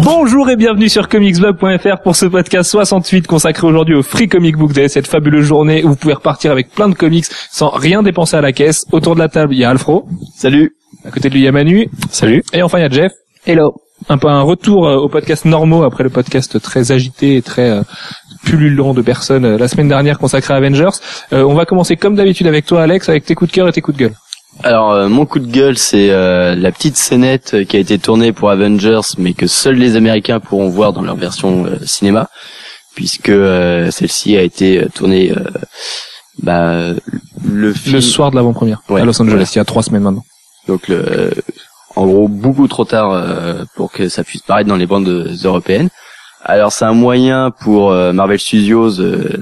Bonjour et bienvenue sur comicsblog.fr pour ce podcast 68 consacré aujourd'hui au Free Comic Book Day, cette fabuleuse journée où vous pouvez repartir avec plein de comics sans rien dépenser à la caisse. Autour de la table, il y a Alfro. Salut. À côté de lui, il y a Manu. Salut. Et enfin, il y a Jeff. Hello. Un peu un retour au podcast normaux après le podcast très agité et très pullulant de personnes la semaine dernière consacré à Avengers. On va commencer comme d'habitude avec toi, Alex, avec tes coups de cœur et tes coups de gueule. Alors mon coup de gueule, c'est la petite scénette qui a été tournée pour Avengers, mais que seuls les Américains pourront voir dans leur version cinéma, puisque celle-ci a été tournée le soir de l'avant-première à Los Angeles, il y a 3 semaines maintenant. Donc en gros beaucoup trop tard pour que ça puisse paraître dans les bandes européennes. Alors c'est un moyen pour Marvel Studios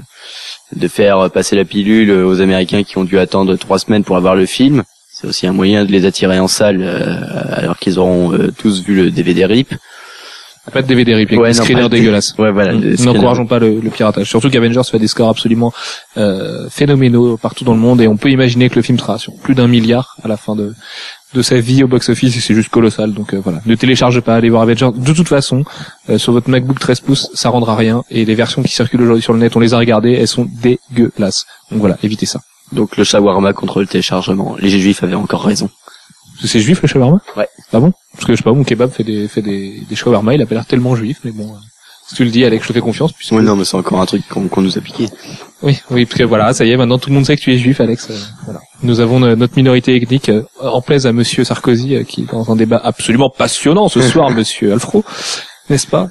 de faire passer la pilule aux Américains qui ont dû attendre 3 semaines pour avoir le film. C'est aussi un moyen de les attirer en salle alors qu'ils auront tous vu le DVD RIP. Pas de DVD RIP, avec des screeners dégueulasses. Ouais, voilà. N'encourageons pas le piratage. Surtout qu'Avengers fait des scores absolument phénoménaux partout dans le monde et on peut imaginer que le film sera sur plus d'1 milliard à la fin de sa vie au box-office et c'est juste colossal. Donc voilà, ne téléchargez pas, allez voir Avengers. De toute façon, sur votre MacBook 13 pouces, ça rendra rien et les versions qui circulent aujourd'hui sur le net, on les a regardées, elles sont dégueulasses. Donc voilà, évitez ça. Donc le shawarma contre le téléchargement. Les Juifs avaient encore raison. C'est juif le shawarma? Ouais. Ah bon? Parce que je sais pas, mon kebab fait des shawarma, il a pas l'air tellement juif, mais bon, si tu le dis, Alex, je te fais confiance. Puisque... Oui, non, mais c'est encore un truc qu'on nous a piqué. Oui, parce que voilà, ça y est, maintenant tout le monde sait que tu es juif, Alex. Voilà. Nous avons notre minorité ethnique en plaise à Monsieur Sarkozy, qui est dans un débat absolument passionnant ce soir, Monsieur Alfro, n'est-ce pas?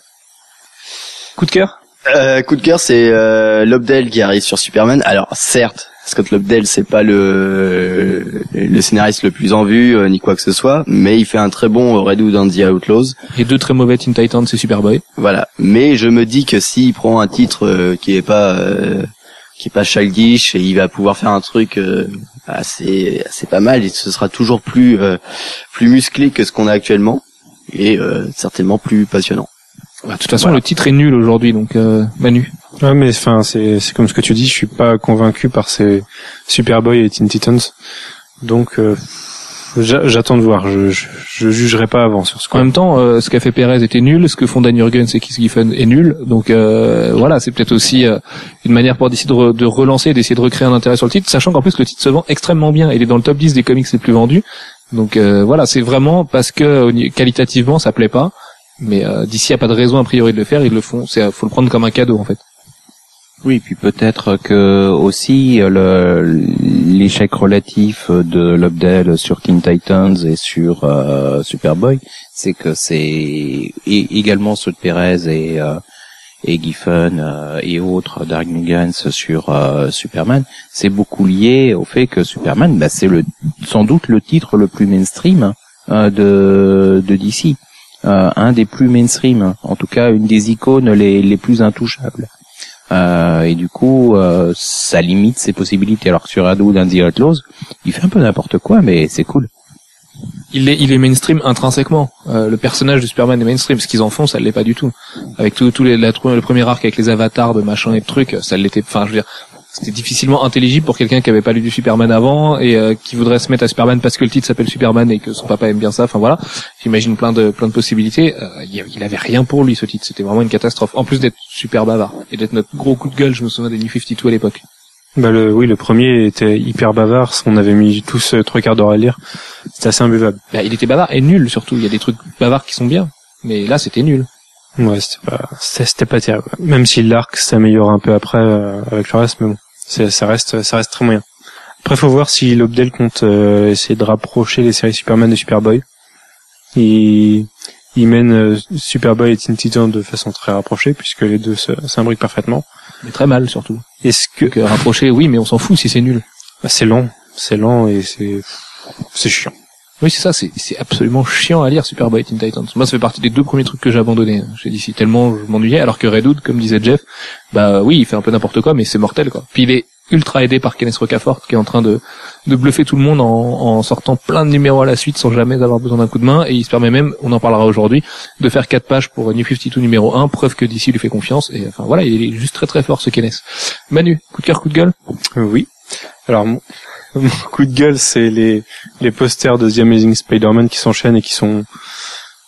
Coup de cœur? Coup de cœur, c'est Lobdell qui arrive sur Superman. Alors certes, Scott Lobdell, c'est pas le scénariste le plus en vue ni quoi que ce soit, mais il fait un très bon Red Hood and the Outlaws. Et 2 très mauvais Teen Titans, c'est Superboy. Voilà. Mais je me dis que s'il prend un titre qui est pas childish, et il va pouvoir faire un truc assez pas mal, et ce sera toujours plus musclé que ce qu'on a actuellement, et certainement plus passionnant. De toute façon, le titre est nul aujourd'hui, donc Manu. Ouais, mais enfin, c'est comme ce que tu dis. Je suis pas convaincu par ces Superboy et Teen Titans, donc j'attends de voir. Je jugerai pas avant sur ce coup. En même temps, ce qu'a fait Perez était nul, ce que font Dan Jurgens et Keith Giffen est nul, donc voilà, c'est peut-être aussi une manière pour d'essayer de relancer, d'essayer de recréer un intérêt sur le titre, sachant qu'en plus le titre se vend extrêmement bien. Il est dans le top 10 des comics les plus vendus, donc voilà, c'est vraiment parce que qualitativement ça plaît pas. Mais d'ici, il n'y a pas de raison a priori de le faire, ils le font. Faut le prendre comme un cadeau en fait. Oui, puis peut-être que aussi l'échec relatif de Lobdell sur Teen Titans et sur Superboy, c'est que c'est également ceux de Perez et Giffen et autres Dark Jurgens sur Superman, c'est beaucoup lié au fait que Superman, c'est sans doute le titre le plus mainstream de DC. Un des plus mainstream, en tout cas une des icônes les plus intouchables. Et du coup, ça limite ses possibilités. Alors que sur Red Hood and the Outlaws, il fait un peu n'importe quoi, mais c'est cool. Il est mainstream intrinsèquement. Le personnage de Superman est mainstream. Ce qu'ils en font, ça l'est pas du tout. Avec le premier arc avec les avatars de machin et de trucs, ça l'était. Enfin, je veux dire, c'était difficilement intelligible pour quelqu'un qui avait pas lu du Superman avant et qui voudrait se mettre à Superman parce que le titre s'appelle Superman et que son papa aime bien ça. Enfin voilà, j'imagine plein de possibilités. Il avait rien pour lui ce titre. C'était vraiment une catastrophe. En plus d'être super bavard et d'être notre gros coup de gueule, je me souviens des New 52 à l'époque. Le premier était hyper bavard. On avait mis tous 3 quarts d'heure à lire. C'était assez imbuvable. Il était bavard et nul surtout. Il y a des trucs bavards qui sont bien, mais là c'était nul. Ouais, c'était pas terrible. Même si l'arc s'améliore un peu après avec le reste, mais bon, ça reste très moyen. Après, faut voir si Lobdell compte essayer de rapprocher les séries Superman et Superboy. Il mène Superboy et Teen Titans de façon très rapprochée puisque les deux s'imbriquent parfaitement. Mais très mal surtout. Est-ce que rapproché, oui, mais on s'en fout si c'est nul. C'est lent et c'est chiant. Oui, c'est ça, c'est absolument chiant à lire Superboy et Teen Titans. Moi, ça fait partie des 2 premiers trucs que j'ai abandonnés. J'ai dit si tellement je m'ennuyais, alors que Red Hood, comme disait Jeff, oui, il fait un peu n'importe quoi, mais c'est mortel quoi. Puis il est ultra aidé par Kenneth Rocafort qui est en train de bluffer tout le monde en sortant plein de numéros à la suite sans jamais avoir besoin d'un coup de main, et il se permet même, on en parlera aujourd'hui, de faire 4 pages pour New 52 numéro 1, preuve que DC lui fait confiance, et enfin voilà, il est juste très très fort ce Kenneth. Manu, coup de cœur, coup de gueule? Oui. Alors mon coup de gueule, c'est les posters de The Amazing Spider-Man qui s'enchaînent et qui sont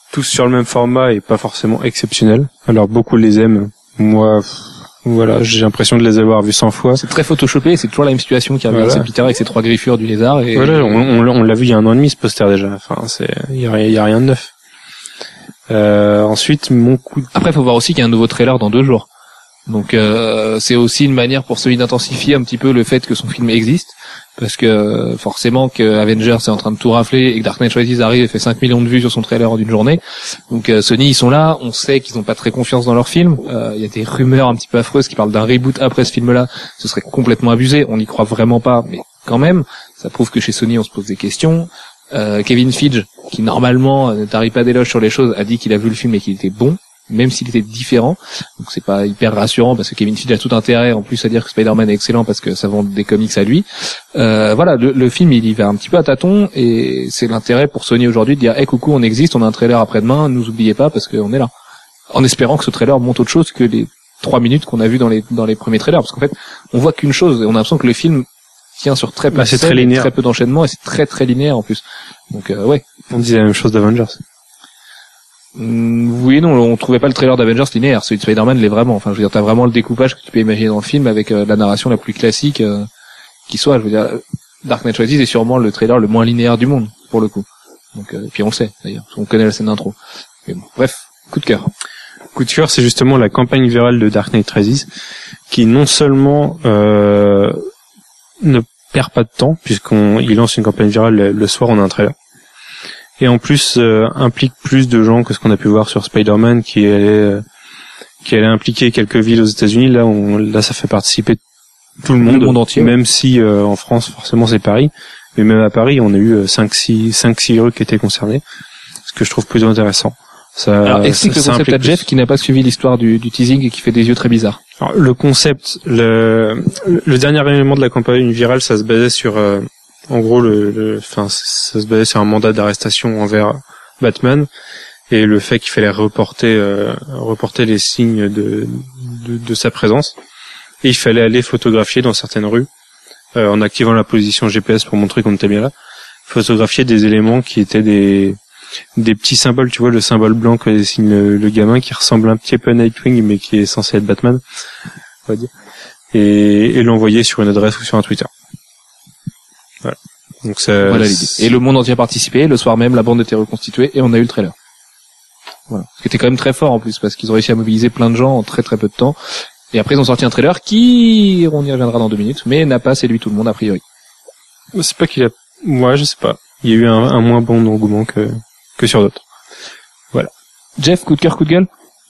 tous sur le même format et pas forcément exceptionnels. Alors beaucoup les aiment. Moi, voilà, j'ai l'impression de les avoir vus 100 fois. C'est très photoshopé, c'est toujours la même situation qui revient. C'est Peter avec ses 3 griffures du lézard. Et voilà, on l'a vu il y a 1 an et demi ce poster déjà. Enfin, il y a rien de neuf. Ensuite, mon coup. Après, faut voir aussi qu'il y a un nouveau trailer dans 2 jours. Donc c'est aussi une manière pour Sony d'intensifier un petit peu le fait que son film existe, parce que forcément que Avengers est en train de tout rafler et que Dark Knight Rises arrive et fait 5 millions de vues sur son trailer en une journée. Donc Sony ils sont là, on sait qu'ils n'ont pas très confiance dans leur film. Il y a des rumeurs un petit peu affreuses qui parlent d'un reboot après ce film-là. Ce serait complètement abusé, on n'y croit vraiment pas, mais quand même, ça prouve que chez Sony on se pose des questions. Kevin Feige, qui normalement ne tarit pas d'éloges sur les choses, a dit qu'il a vu le film et qu'il était bon, même s'il était différent. Donc c'est pas hyper rassurant parce que Kevin Feige a tout intérêt en plus à dire que Spider-Man est excellent parce que ça vend des comics à lui. Voilà, le film il y va un petit peu à tâtons et c'est l'intérêt pour Sony aujourd'hui de dire hey coucou, on existe, on a un trailer après-demain, ne nous oubliez pas parce qu'on est là. En espérant que ce trailer montre autre chose que les 3 minutes qu'on a vu dans les premiers trailers, parce qu'en fait, on voit qu'une chose et on a l'impression que le film tient sur très peu de c'est très linéaire, très peu d'enchaînement et c'est très très linéaire en plus. Donc ouais. On dit la même chose d'Avengers. Oui, non, on trouvait pas le trailer d'Avengers linéaire. Celui de Spider-Man l'est vraiment. Enfin, je veux dire, t'as vraiment le découpage que tu peux imaginer dans le film avec la narration la plus classique qui soit. Je veux dire, Dark Knight Rises est sûrement le trailer le moins linéaire du monde pour le coup. Donc, et puis on le sait d'ailleurs, parce qu'on connaît la scène d'intro. Mais bon, bref, coup de cœur. Coup de cœur, c'est justement la campagne virale de Dark Knight Rises, qui non seulement ne perd pas de temps puisqu'il lance une campagne virale le soir, on a un trailer. Et en plus implique plus de gens que ce qu'on a pu voir sur Spider-Man qui allait impliquer quelques villes aux États-Unis. Là ça fait participer tout le monde entier, même si en France forcément c'est Paris, mais même à Paris on a eu 5-6 rues qui étaient concernées, ce que je trouve plutôt intéressant. Alors explique le concept à Jeff qui n'a pas suivi l'histoire du teasing et qui fait des yeux très bizarres. Alors, le concept, le dernier élément de la campagne virale, ça se basait sur en gros, ça se basait sur un mandat d'arrestation envers Batman et le fait qu'il fallait reporter les signes de sa présence. Et il fallait aller photographier dans certaines rues, en activant la position GPS pour montrer qu'on était bien là, photographier des éléments qui étaient des petits symboles, tu vois, le symbole blanc que dessine le gamin qui ressemble un petit peu à Nightwing mais qui est censé être Batman, on va dire, et l'envoyer sur une adresse ou sur un Twitter. Voilà. Donc voilà l'idée. Et le monde entier a participé, le soir même la bande était reconstituée et on a eu le trailer. Voilà. Ce qui était quand même très fort en plus parce qu'ils ont réussi à mobiliser plein de gens en très très peu de temps. Et après ils ont sorti un trailer qui, on y reviendra dans 2 minutes, mais n'a pas séduit tout le monde a priori. C'est pas qu'il a, moi je sais pas. Il y a eu un moins bon engouement que sur d'autres. Voilà. Jeff, coup de cœur, coup de gueule?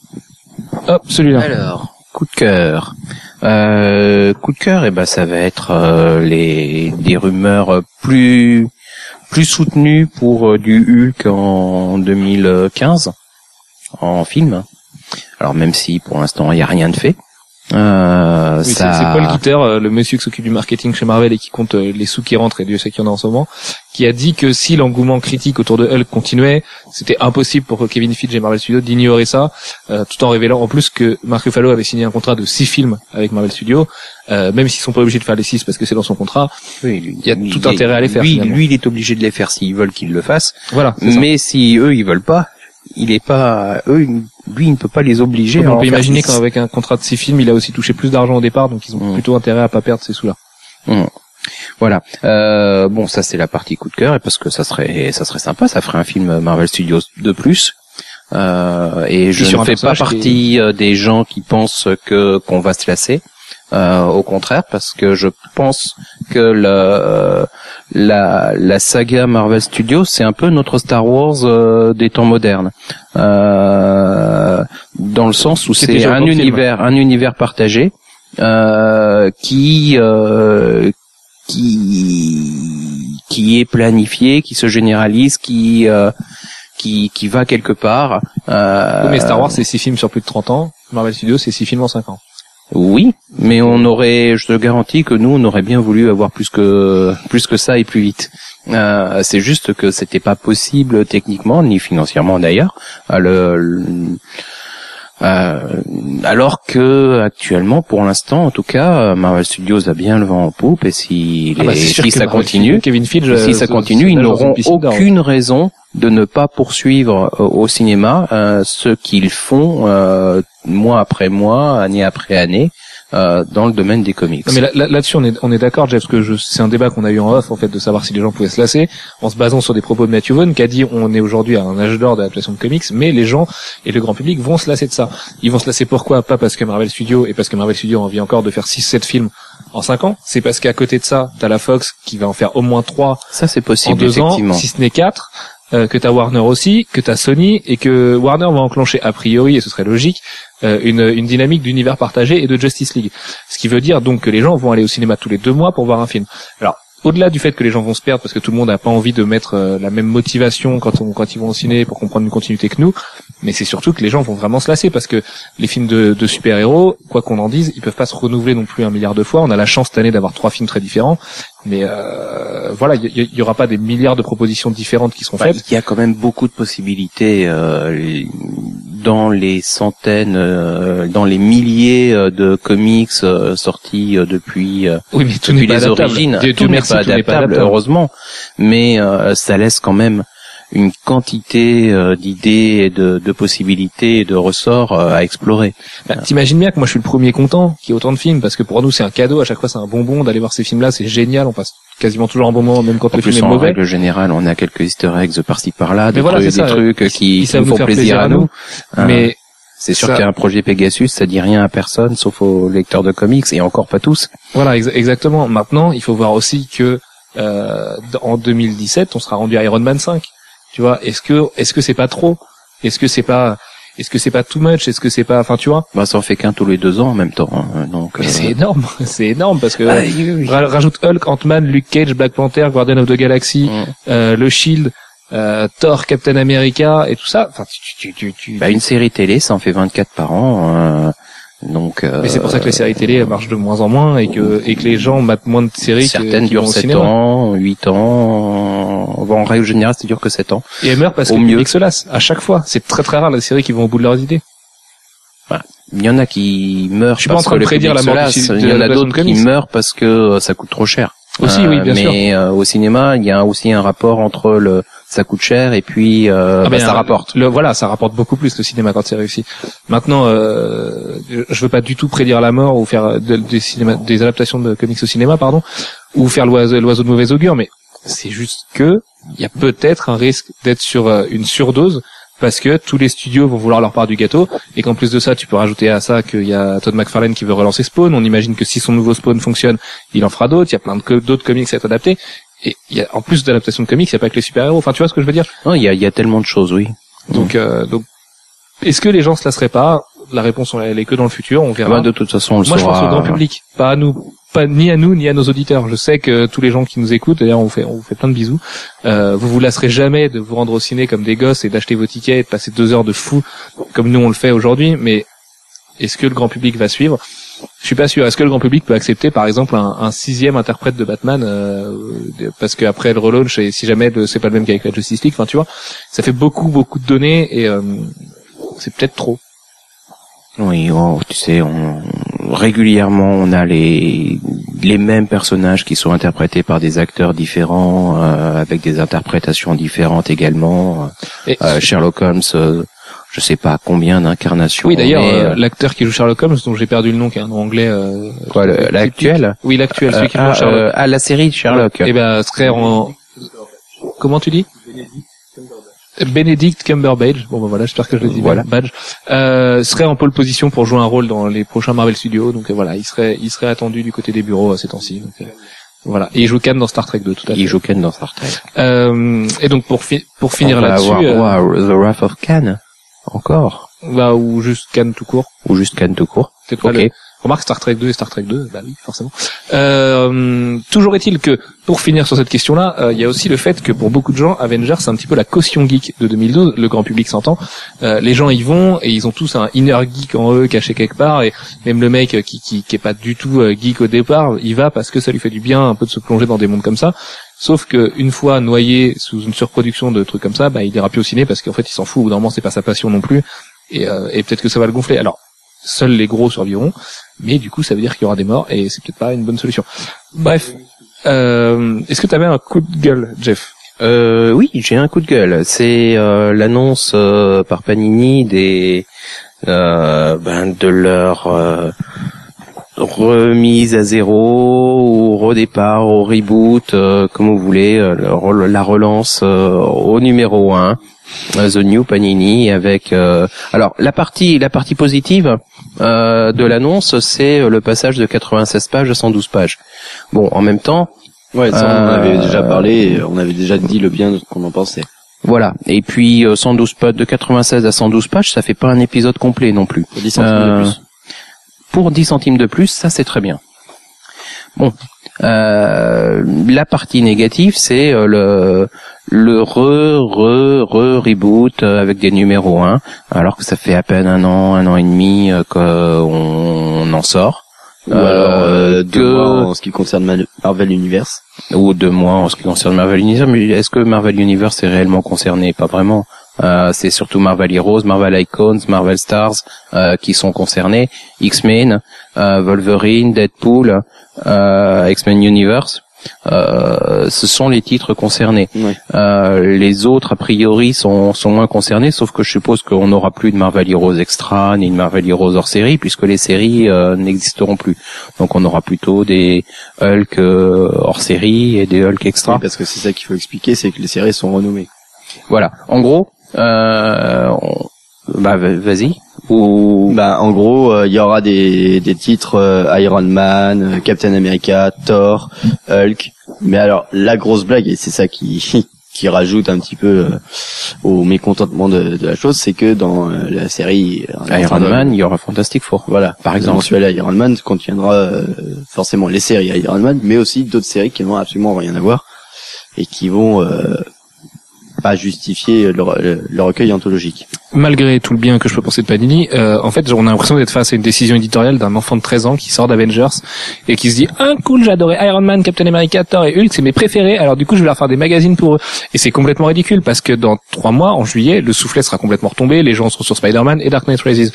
Hop, celui-là. Alors, coup de cœur. Coup de cœur, ça va être des rumeurs plus soutenues pour du Hulk en 2015 en film. Alors même si pour l'instant il n'y a rien de fait. Oui, c'est Paul Gitter, le monsieur qui s'occupe du marketing chez Marvel et qui compte les sous qui rentrent, et Dieu sait qu'il y en a en ce moment, qui a dit que si l'engouement critique autour de Hulk continuait, c'était impossible pour Kevin Feige et Marvel Studios d'ignorer ça, tout en révélant en plus que Mark Ruffalo avait signé un contrat de 6 films avec Marvel Studios, même s'ils sont pas obligés de faire les 6 parce que c'est dans son contrat. Oui, il y a tout intérêt à les faire. Lui, il est obligé de les faire s'ils veulent qu'ils le fassent. Voilà. Mais si eux ils veulent pas, lui il ne peut pas les obliger. On peut imaginer qu'avec un contrat de 6 films, il a aussi touché plus d'argent au départ, donc ils ont plutôt intérêt à pas perdre ces sous-là. Voilà. Bon, ça c'est la partie coup de cœur, et parce que ça serait sympa, ça ferait un film Marvel Studios de plus. Et je ne fais pas partie des gens qui pensent qu'on va se lasser. Au contraire, parce que je pense que la saga Marvel Studios, c'est un peu notre Star Wars des temps modernes, dans le sens où c'est un univers partagé qui est planifié, qui se généralise, qui va quelque part. Oui, mais Star Wars c'est 6 films sur plus de 30 ans, Marvel Studios c'est 6 films en 5 ans. Oui, mais je te garantis que nous, on aurait bien voulu avoir plus que ça et plus vite. C'est juste que c'était pas possible techniquement, ni financièrement d'ailleurs. Alors que actuellement, pour l'instant, en tout cas, Marvel Studios a bien le vent en poupe, et si ça continue, Kevin Feige, si ça continue, ils n'auront aucune raison de ne pas poursuivre au cinéma ce qu'ils font mois après mois, année après année. Dans le domaine des comics. Non, mais là-dessus on est d'accord, Jeff, parce que c'est un débat qu'on a eu en off en fait de savoir si les gens pouvaient se lasser en se basant sur des propos de Matthew Vaughn qui a dit on est aujourd'hui à un âge d'or d'adaptation de comics, mais les gens et le grand public vont se lasser de ça. Ils vont se lasser pourquoi? Pas parce que Marvel Studios et parce que Marvel Studios a envie encore de faire 6-7 films en 5 ans, c'est parce qu'à côté de ça, t'as la Fox qui va en faire au moins 3 ça c'est possible en 2 effectivement. ans, si ce n'est 4. Que t'as Warner aussi, que t'as Sony, et que Warner va enclencher a priori, et ce serait logique, une dynamique d'univers partagé et de Justice League. Ce qui veut dire donc que les gens vont aller au cinéma tous les 2 mois pour voir un film. Alors, au-delà du fait que les gens vont se perdre parce que tout le monde n'a pas envie de mettre la même motivation quand ils vont au ciné pour comprendre une continuité que nous, mais c'est surtout que les gens vont vraiment se lasser parce que les films de super-héros, quoi qu'on en dise, ils peuvent pas se renouveler non plus 1 milliard de fois. On a la chance cette année d'avoir 3 films très différents, mais voilà, il y aura pas des milliards de propositions différentes qui seront faites. Il y a quand même beaucoup de possibilités dans les centaines, dans les milliers de comics sortis depuis Oui, mais tout n'est pas les adaptable. origines. Dieu Tout n'est merci, pas tout n'est pas adaptable, adaptable. heureusement, mais ça laisse quand même une quantité d'idées et de possibilités et de ressorts à explorer. Bah, t'imagines bien que moi je suis le premier content qu'il y ait autant de films parce que pour nous c'est un cadeau, à chaque fois c'est un bonbon d'aller voir ces films-là, c'est génial, on passe quasiment toujours un bon moment même quand En le film plus, est en mauvais. règle générale, on a quelques easter eggs par-ci par-là, Mais voilà, des c'est ça, trucs qui savent nous font faire plaisir à nous. Mais C'est sûr ça- qu'un projet Pegasus, ça dit rien à personne, sauf aux lecteurs de comics, et encore pas tous. voilà, exactement. Maintenant, il faut voir aussi que en 2017, on sera rendu à Iron Man 5. Tu vois, est-ce que c'est pas trop? Est-ce que c'est pas too much? Est-ce que c'est pas, enfin, tu vois? Bah, ça en fait qu'un tous les 2 ans en même temps. Donc, Mais c'est énorme, c'est énorme parce que Ah, oui. rajoute Hulk, Ant-Man, Luke Cage, Black Panther, Guardian of the Galaxy, le Shield, Thor, Captain America et tout ça. Enfin, Bah, une série télé, ça en fait 24 par an. Donc, mais c'est pour ça que les séries télé elles marchent de moins en moins et que les gens matent moins de séries certaines qui vont durent au 7 cinéma. ans, 8 ans. En règle générale, ça dure que 7 ans. Et elles meurent parce Au que le mieux. public se lasse à chaque fois. C'est très très rare les séries qui vont au bout de leurs idées. Il y en a qui meurent Je suis pas parce en train que de le prédire public la se mort lasse. de Il y en a l'adaptation d'autres de qui comics. meurent parce que ça coûte trop cher. Aussi, oui, bien sûr. Mais au cinéma, il y a aussi un rapport entre ça coûte cher et puis ça rapporte. Voilà, ça rapporte beaucoup plus le cinéma quand c'est réussi. Maintenant, je veux pas du tout prédire la mort ou faire des adaptations de comics au cinéma, pardon, ou faire l'oiseau de mauvais augure, mais c'est juste que il y a peut-être un risque d'être sur une surdose parce que tous les studios vont vouloir leur part du gâteau et qu'en plus de ça, tu peux rajouter à ça qu'il y a Todd McFarlane qui veut relancer Spawn. On imagine que si son nouveau Spawn fonctionne, il en fera d'autres. Il y a plein d'autres comics à être adaptés. Et il y a, en plus d'adaptation de comics, il n'y a pas que les super-héros. Enfin, tu vois ce que je veux dire? Non, il y a tellement de choses, oui. Donc, est-ce que les gens se lasseraient pas? La réponse, elle est que dans le futur. On verra. Bah, de toute façon, on le Moi, je pense saura. au grand public, pas à nous, ni à nous, ni à nos auditeurs. Je sais que tous les gens qui nous écoutent, d'ailleurs, on vous fait plein de bisous. Vous lasserez jamais de vous rendre au ciné comme des gosses et d'acheter vos tickets et de passer 2 heures de fou comme nous on le fait aujourd'hui. Mais est-ce que le grand public va suivre? Je suis pas sûr. Est-ce que le grand public peut accepter, par exemple, un 6e interprète de Batman, parce qu'après le relaunch, et si jamais c'est pas le même qu'avec la Justice League, enfin, tu vois, ça fait beaucoup de données et c'est peut-être trop. Oui, tu sais, régulièrement, on a les mêmes personnages qui sont interprétés par des acteurs différents, avec des interprétations différentes également. Et Sherlock Holmes, je sais pas combien d'incarnations. oui, d'ailleurs, mais, l'acteur qui joue Sherlock Holmes, dont j'ai perdu le nom, qui est un nom anglais. quoi, l'actuel? Oui, l'actuel, celui qui joue Sherlock. La série Sherlock. Eh ben, serait en. Comment tu dis? Benedict Cumberbatch. Bon, ben voilà, j'espère que je le dis Voilà. bien. Badge. Serait en pole position pour jouer un rôle dans les prochains Marvel Studios. Donc voilà, il serait attendu du côté des bureaux ces temps-ci. Donc, voilà. Et il joue Khan dans Star Trek 2, tout à fait. Il joue Khan dans Star Trek. Et donc pour finir on va là-dessus, avoir The Wrath of Khan. Encore. bah, ou juste Khan tout court. Ou juste Khan tout court. C'est pas Ok. le... Remarque Star Trek 2 et Star Trek 2, bah oui, forcément. Toujours est-il que, pour finir sur cette question-là, il y a aussi le fait que pour beaucoup de gens, Avengers, c'est un petit peu la caution geek de 2012, le grand public s'entend. Les gens y vont et ils ont tous un inner geek en eux caché quelque part, et même le mec qui est pas du tout geek au départ, il va parce que ça lui fait du bien un peu de se plonger dans des mondes comme ça. Sauf que une fois noyé sous une surproduction de trucs comme ça, bah il ira plus au ciné parce qu'en fait il s'en fout, au bout d'un moment c'est pas sa passion non plus. et peut-être que ça va le gonfler. Alors, seuls les gros survivront, mais du coup, ça veut dire qu'il y aura des morts, et c'est peut-être pas une bonne solution. Bref, est-ce que t'avais un coup de gueule, Jeff? Oui, j'ai un coup de gueule. C'est l'annonce par Panini de leur remise à zéro ou redépart, au reboot, comme vous voulez, la relance au numéro 1, The New Panini, avec alors la partie positive de l'annonce, c'est le passage de 96 pages à 112 pages. Bon, en même temps, ouais, ça on en avait déjà parlé, on avait déjà dit le bien de ce qu'on en pensait. Voilà. Et puis 112 pages, de 96 à 112 pages, ça fait pas un épisode complet non plus. Pour 10 centimes de plus. Pour 10 centimes de plus, ça c'est très bien. Bon, la partie négative, c'est le reboot avec des numéros 1, alors que ça fait à peine un an et demi qu'on en sort. Ou alors 2 mois en ce qui concerne Marvel Universe. Ou 2 mois en ce qui concerne Marvel Universe. Mais est-ce que Marvel Universe est réellement concerné? Pas vraiment. C'est surtout Marvel Heroes, Marvel Icons, Marvel Stars qui sont concernés. X-Men, Wolverine, Deadpool, X-Men Universe. Ce sont les titres concernés. Ouais. Les autres, a priori, sont moins concernés, sauf que je suppose qu'on n'aura plus de Marvel Heroes Extra ni de Marvel Heroes hors série, puisque les séries n'existeront plus. Donc on aura plutôt des Hulk hors série et des Hulk Extra. Oui, parce que c'est ça qu'il faut expliquer, c'est que les séries sont renommées. Voilà. En gros, vas-y. Ou en gros, il y aura des titres Iron Man, Captain America, Thor, Hulk. Mais alors la grosse blague, et c'est ça qui rajoute un petit peu au mécontentement de la chose, c'est que dans la série Iron Man, il y aura Fantastic Four. Voilà, par exemple. Mensuel Iron Man contiendra forcément les séries Iron Man, mais aussi d'autres séries qui n'ont absolument rien à voir et qui vont pas justifier le recueil anthologique. Malgré tout le bien que je peux penser de Panini, en fait, on a l'impression d'être face à une décision éditoriale d'un enfant de 13 ans qui sort d'Avengers et qui se dit cool, j'ai adoré Iron Man, Captain America, Thor et Hulk, c'est mes préférés, alors du coup je vais leur faire des magazines pour eux. Et c'est complètement ridicule parce que dans 3 mois, en juillet, le soufflet sera complètement retombé, les gens seront sur Spider-Man et Dark Knight Rises.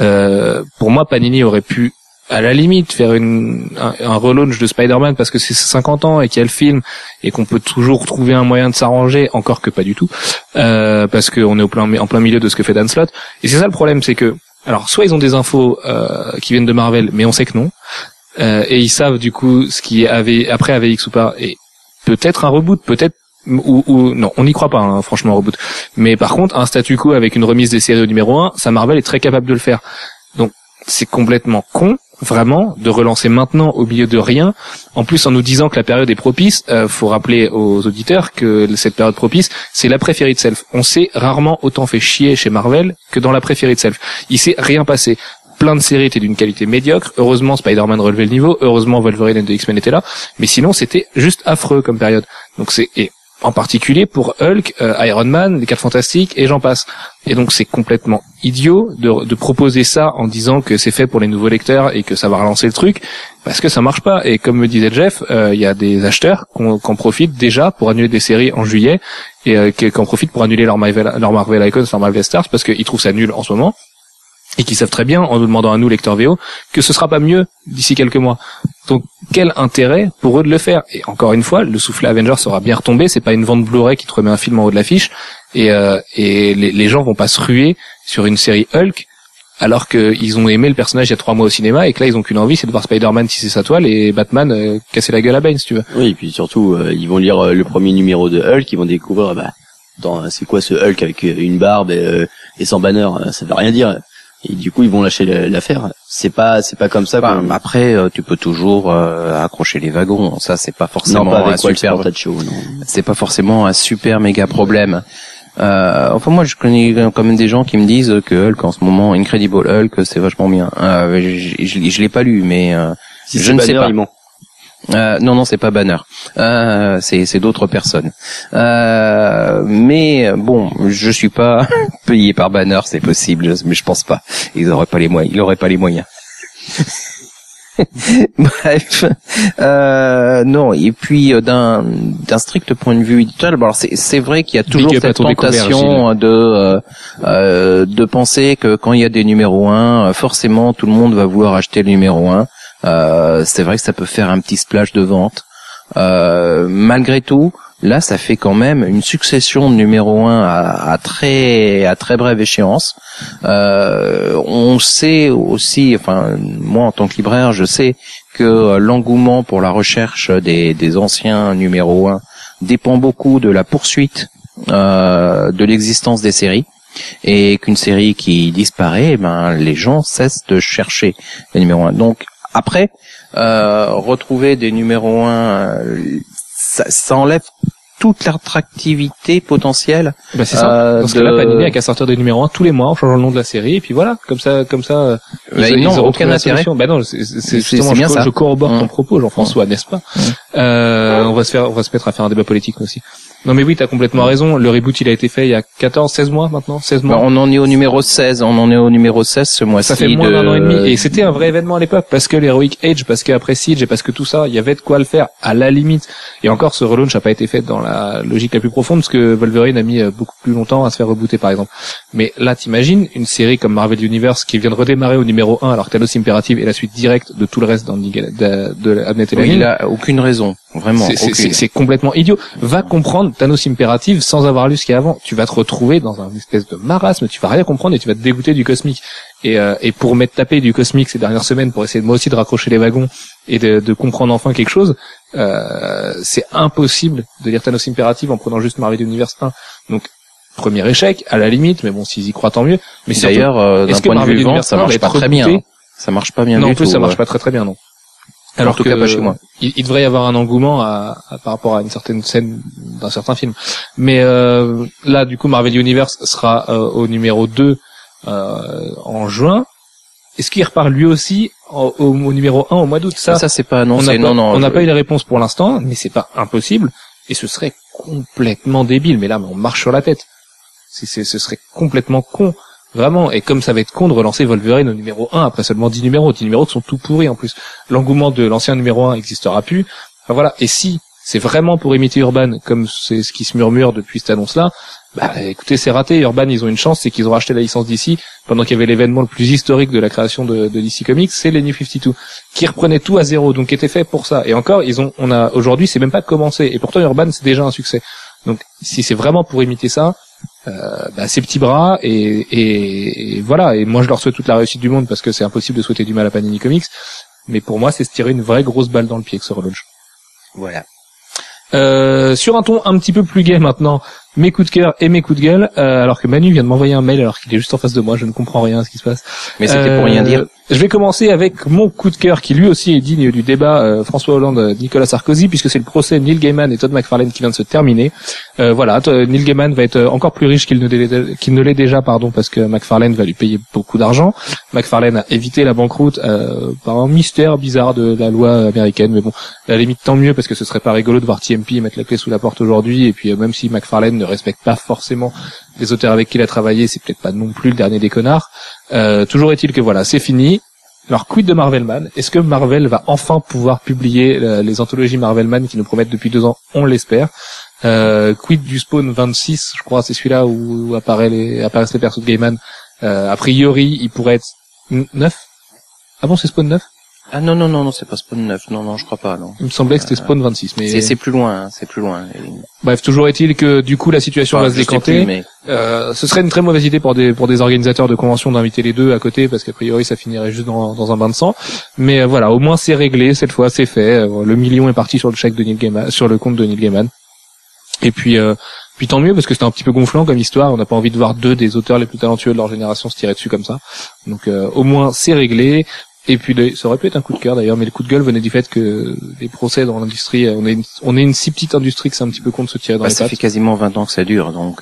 Pour moi, Panini aurait pu à la limite faire un relaunch de Spider-Man parce que c'est 50 ans et qu'il y a le film et qu'on peut toujours trouver un moyen de s'arranger, encore que pas du tout, parce qu'on est en plein milieu de ce que fait Dan Slott. Et c'est ça le problème, c'est que alors soit ils ont des infos qui viennent de Marvel, mais on sait que non, et ils savent du coup ce qui avait après AVX ou pas, et peut-être un reboot, peut-être ou non, on n'y croit pas, hein, franchement, un reboot. Mais par contre, un statu quo avec une remise des séries au numéro 1, ça Marvel est très capable de le faire. Donc c'est complètement con, vraiment, de relancer maintenant au milieu de rien. En plus, en nous disant que la période est propice, faut rappeler aux auditeurs que cette période propice, c'est la préférée de Self. On s'est rarement autant fait chier chez Marvel que dans la préférée de Self. Il s'est rien passé. Plein de séries étaient d'une qualité médiocre. Heureusement, Spider-Man relevait le niveau. Heureusement, Wolverine et X-Men étaient là. Mais sinon, c'était juste affreux comme période. Donc et en particulier pour Hulk, Iron Man, les 4 Fantastiques et j'en passe. Et donc c'est complètement idiot de proposer ça en disant que c'est fait pour les nouveaux lecteurs et que ça va relancer le truc, parce que ça marche pas. Et comme me disait Jeff, il y a des acheteurs qu'en profitent déjà pour annuler des séries en juillet et qu'en profitent pour annuler leur Marvel Icons, leur Marvel Stars, parce qu'ils trouvent ça nul en ce moment. Et qui savent très bien, en nous demandant à nous, lecteurs VO, que ce sera pas mieux d'ici quelques mois. Donc, quel intérêt pour eux de le faire? Et encore une fois, le soufflet Avengers sera bien retombé, c'est pas une vente Blu-ray qui te remet un film en haut de l'affiche, et les gens vont pas se ruer sur une série Hulk, alors qu'ils ont aimé le personnage il y a 3 mois au cinéma, et que là, ils ont qu'une envie, c'est de voir Spider-Man tisser sa toile, et Batman casser la gueule à Bane, si tu veux. Oui, et puis surtout, ils vont lire le premier numéro de Hulk, ils vont découvrir, c'est quoi ce Hulk avec une barbe et sans banner, ça veut rien dire. Et du coup, ils vont lâcher l'affaire. C'est pas comme ça. Après, tu peux toujours accrocher les wagons. Ça, c'est pas forcément un super. C'est pas forcément un super méga problème. Enfin, moi, je connais quand même des gens qui me disent que Hulk en ce moment, Incredible Hulk, c'est vachement bien. Je l'ai pas lu, mais si je ne sais pas. Non, c'est pas Banner. C'est d'autres personnes. Mais bon, je suis pas payé par Banner, c'est possible, mais je pense pas. Il aurait pas les moyens. Bref, non. Et puis d'un strict point de vue éditorial, alors c'est vrai qu'il y a toujours cette tentation de penser que quand il y a des numéros 1, forcément tout le monde va vouloir acheter le numéro 1. C'est vrai que ça peut faire un petit splash de vente. Malgré tout, là, ça fait quand même une succession de numéro 1 à très brève échéance. On sait aussi, enfin, moi en tant que libraire, je sais que l'engouement pour la recherche des anciens numéro 1 dépend beaucoup de la poursuite de l'existence des séries. Et qu'une série qui disparaît, les gens cessent de chercher les numéros 1. Donc après, retrouver des numéros 1, ça enlève toute l'attractivité potentielle. Bah c'est ça. Parce que là, Panini a qu'à sortir des numéros 1 tous les mois en changeant le nom de la série, et puis voilà, comme ça, ils ont aucun intérêt. Bah non, c'est justement, bien ça. Je corrobore ton propos, Jean-François, n'est-ce pas? On va se mettre à faire un débat politique aussi. Non mais oui, t'as complètement raison. Le reboot, il a été fait il y a 16 mois maintenant, 16 mois. On en est au numéro 16. On en est au numéro 16 ce mois-ci. Ça fait moins d'un an et demi. Et c'était un vrai événement à l'époque. Parce que l'Heroic Age, parce qu'après Siege et parce que tout ça, il y avait de quoi le faire. À la limite. Et encore, ce relaunch n'a pas été fait dans la logique la plus profonde parce que Wolverine a mis beaucoup plus longtemps à se faire rebooter, par exemple. Mais là, t'imagines une série comme Marvel Universe qui vient de redémarrer au numéro 1 alors que Thanos Imperative est la suite directe de tout le reste de Abnett et il a aucune raison. Vraiment. C'est complètement idiot. Va comprendre Thanos Imperative sans avoir lu ce qu'il y a avant. Tu vas te retrouver dans un espèce de marasme, tu vas rien comprendre et tu vas te dégoûter du cosmique. Et pour m'être tapé du cosmique ces dernières semaines pour essayer de moi aussi de raccrocher les wagons et de comprendre enfin quelque chose, c'est impossible de lire Thanos Imperative en prenant juste Marvel Universe 1. Donc, premier échec, à la limite, mais bon, s'ils y croient, tant mieux. Mais d'ailleurs, d'un point de vue vente, ça marche pas très bien. Hein. Ça marche pas bien du tout. Non, en plus, ça marche pas très bien, non. Alors en tout cas pas chez moi. Il devrait y avoir un engouement par rapport à une certaine scène d'un certain film. Mais là, du coup, Marvel Universe sera au numéro 2 en juin. Est-ce qu'il repart lui aussi au numéro 1 au mois d'août? Ça c'est pas annoncé. On n'a pas eu les réponses pour l'instant, mais c'est pas impossible. Et ce serait complètement débile. Mais là, on marche sur la tête. Ce serait complètement con. Vraiment, et comme ça va être con de relancer Wolverine au numéro 1 après seulement 10 numéros qui sont tout pourris en plus. L'engouement de l'ancien numéro 1 existera plus. Enfin voilà, et si c'est vraiment pour imiter Urban, comme c'est ce qui se murmure depuis cette annonce-là, écoutez, c'est raté. Urban, ils ont une chance, c'est qu'ils ont racheté la licence DC pendant qu'il y avait l'événement le plus historique de la création de DC Comics, c'est les New 52, qui reprenaient tout à zéro, donc qui était fait pour ça. Et encore, aujourd'hui, c'est même pas commencé, et pourtant Urban, c'est déjà un succès. Donc, si c'est vraiment pour imiter ça, ses petits bras et voilà, et moi je leur souhaite toute la réussite du monde parce que c'est impossible de souhaiter du mal à Panini Comics, mais pour moi c'est se tirer une vraie grosse balle dans le pied que ce relaunch. Voilà. Sur un ton un petit peu plus gai maintenant, mes coups de cœur et mes coups de gueule, alors que Manu vient de m'envoyer un mail alors qu'il est juste en face de moi, je ne comprends rien à ce qui se passe. Mais c'était pour rien dire. Je vais commencer avec mon coup de cœur qui lui aussi est digne du débat François Hollande, Nicolas Sarkozy, puisque c'est le procès Neil Gaiman et Todd McFarlane qui vient de se terminer. Voilà, Neil Gaiman va être encore plus riche qu'il ne l'est déjà, parce que McFarlane va lui payer beaucoup d'argent. McFarlane a évité la banqueroute par un mystère bizarre de la loi américaine, mais bon, à la limite tant mieux parce que ce serait pas rigolo de voir TMP mettre la clé sous la porte aujourd'hui, et puis même si McFarlane ne respecte pas forcément les auteurs avec qui il a travaillé, c'est peut-être pas non plus le dernier des connards. Toujours est-il que voilà, c'est fini. Alors, quid de Marvelman? Est-ce que Marvel va enfin pouvoir publier les anthologies Marvelman qui nous promettent depuis 2 ans? On l'espère. Quid du Spawn 26? Je crois c'est celui-là où apparaissent les persos de Gaiman. A priori, il pourrait être 9. Ah bon, c'est Spawn 9? Ah non, c'est pas Spawn 9. Non, je crois pas, non. Il me semblait que c'était Spawn 26, mais c'est plus loin, c'est plus loin. Bref, toujours est-il que du coup la situation va se décanter. Ce serait une très mauvaise idée pour des organisateurs de conventions d'inviter les deux à côté, parce qu'a priori ça finirait juste dans un bain de sang. Mais voilà, au moins c'est réglé, cette fois c'est fait. Le million est parti sur le chèque de Neil Gaiman, sur le compte de Neil Gaiman. Et puis tant mieux, parce que c'était un petit peu gonflant comme histoire. On n'a pas envie de voir 2 des auteurs les plus talentueux de leur génération se tirer dessus comme ça. Donc au moins c'est réglé. Et puis ça aurait pu être un coup de cœur d'ailleurs, mais le coup de gueule venait du fait que les procès dans l'industrie, on est une si petite industrie que c'est un petit peu con de se tirer dans les pattes. Ça fait quasiment 20 ans que ça dure, donc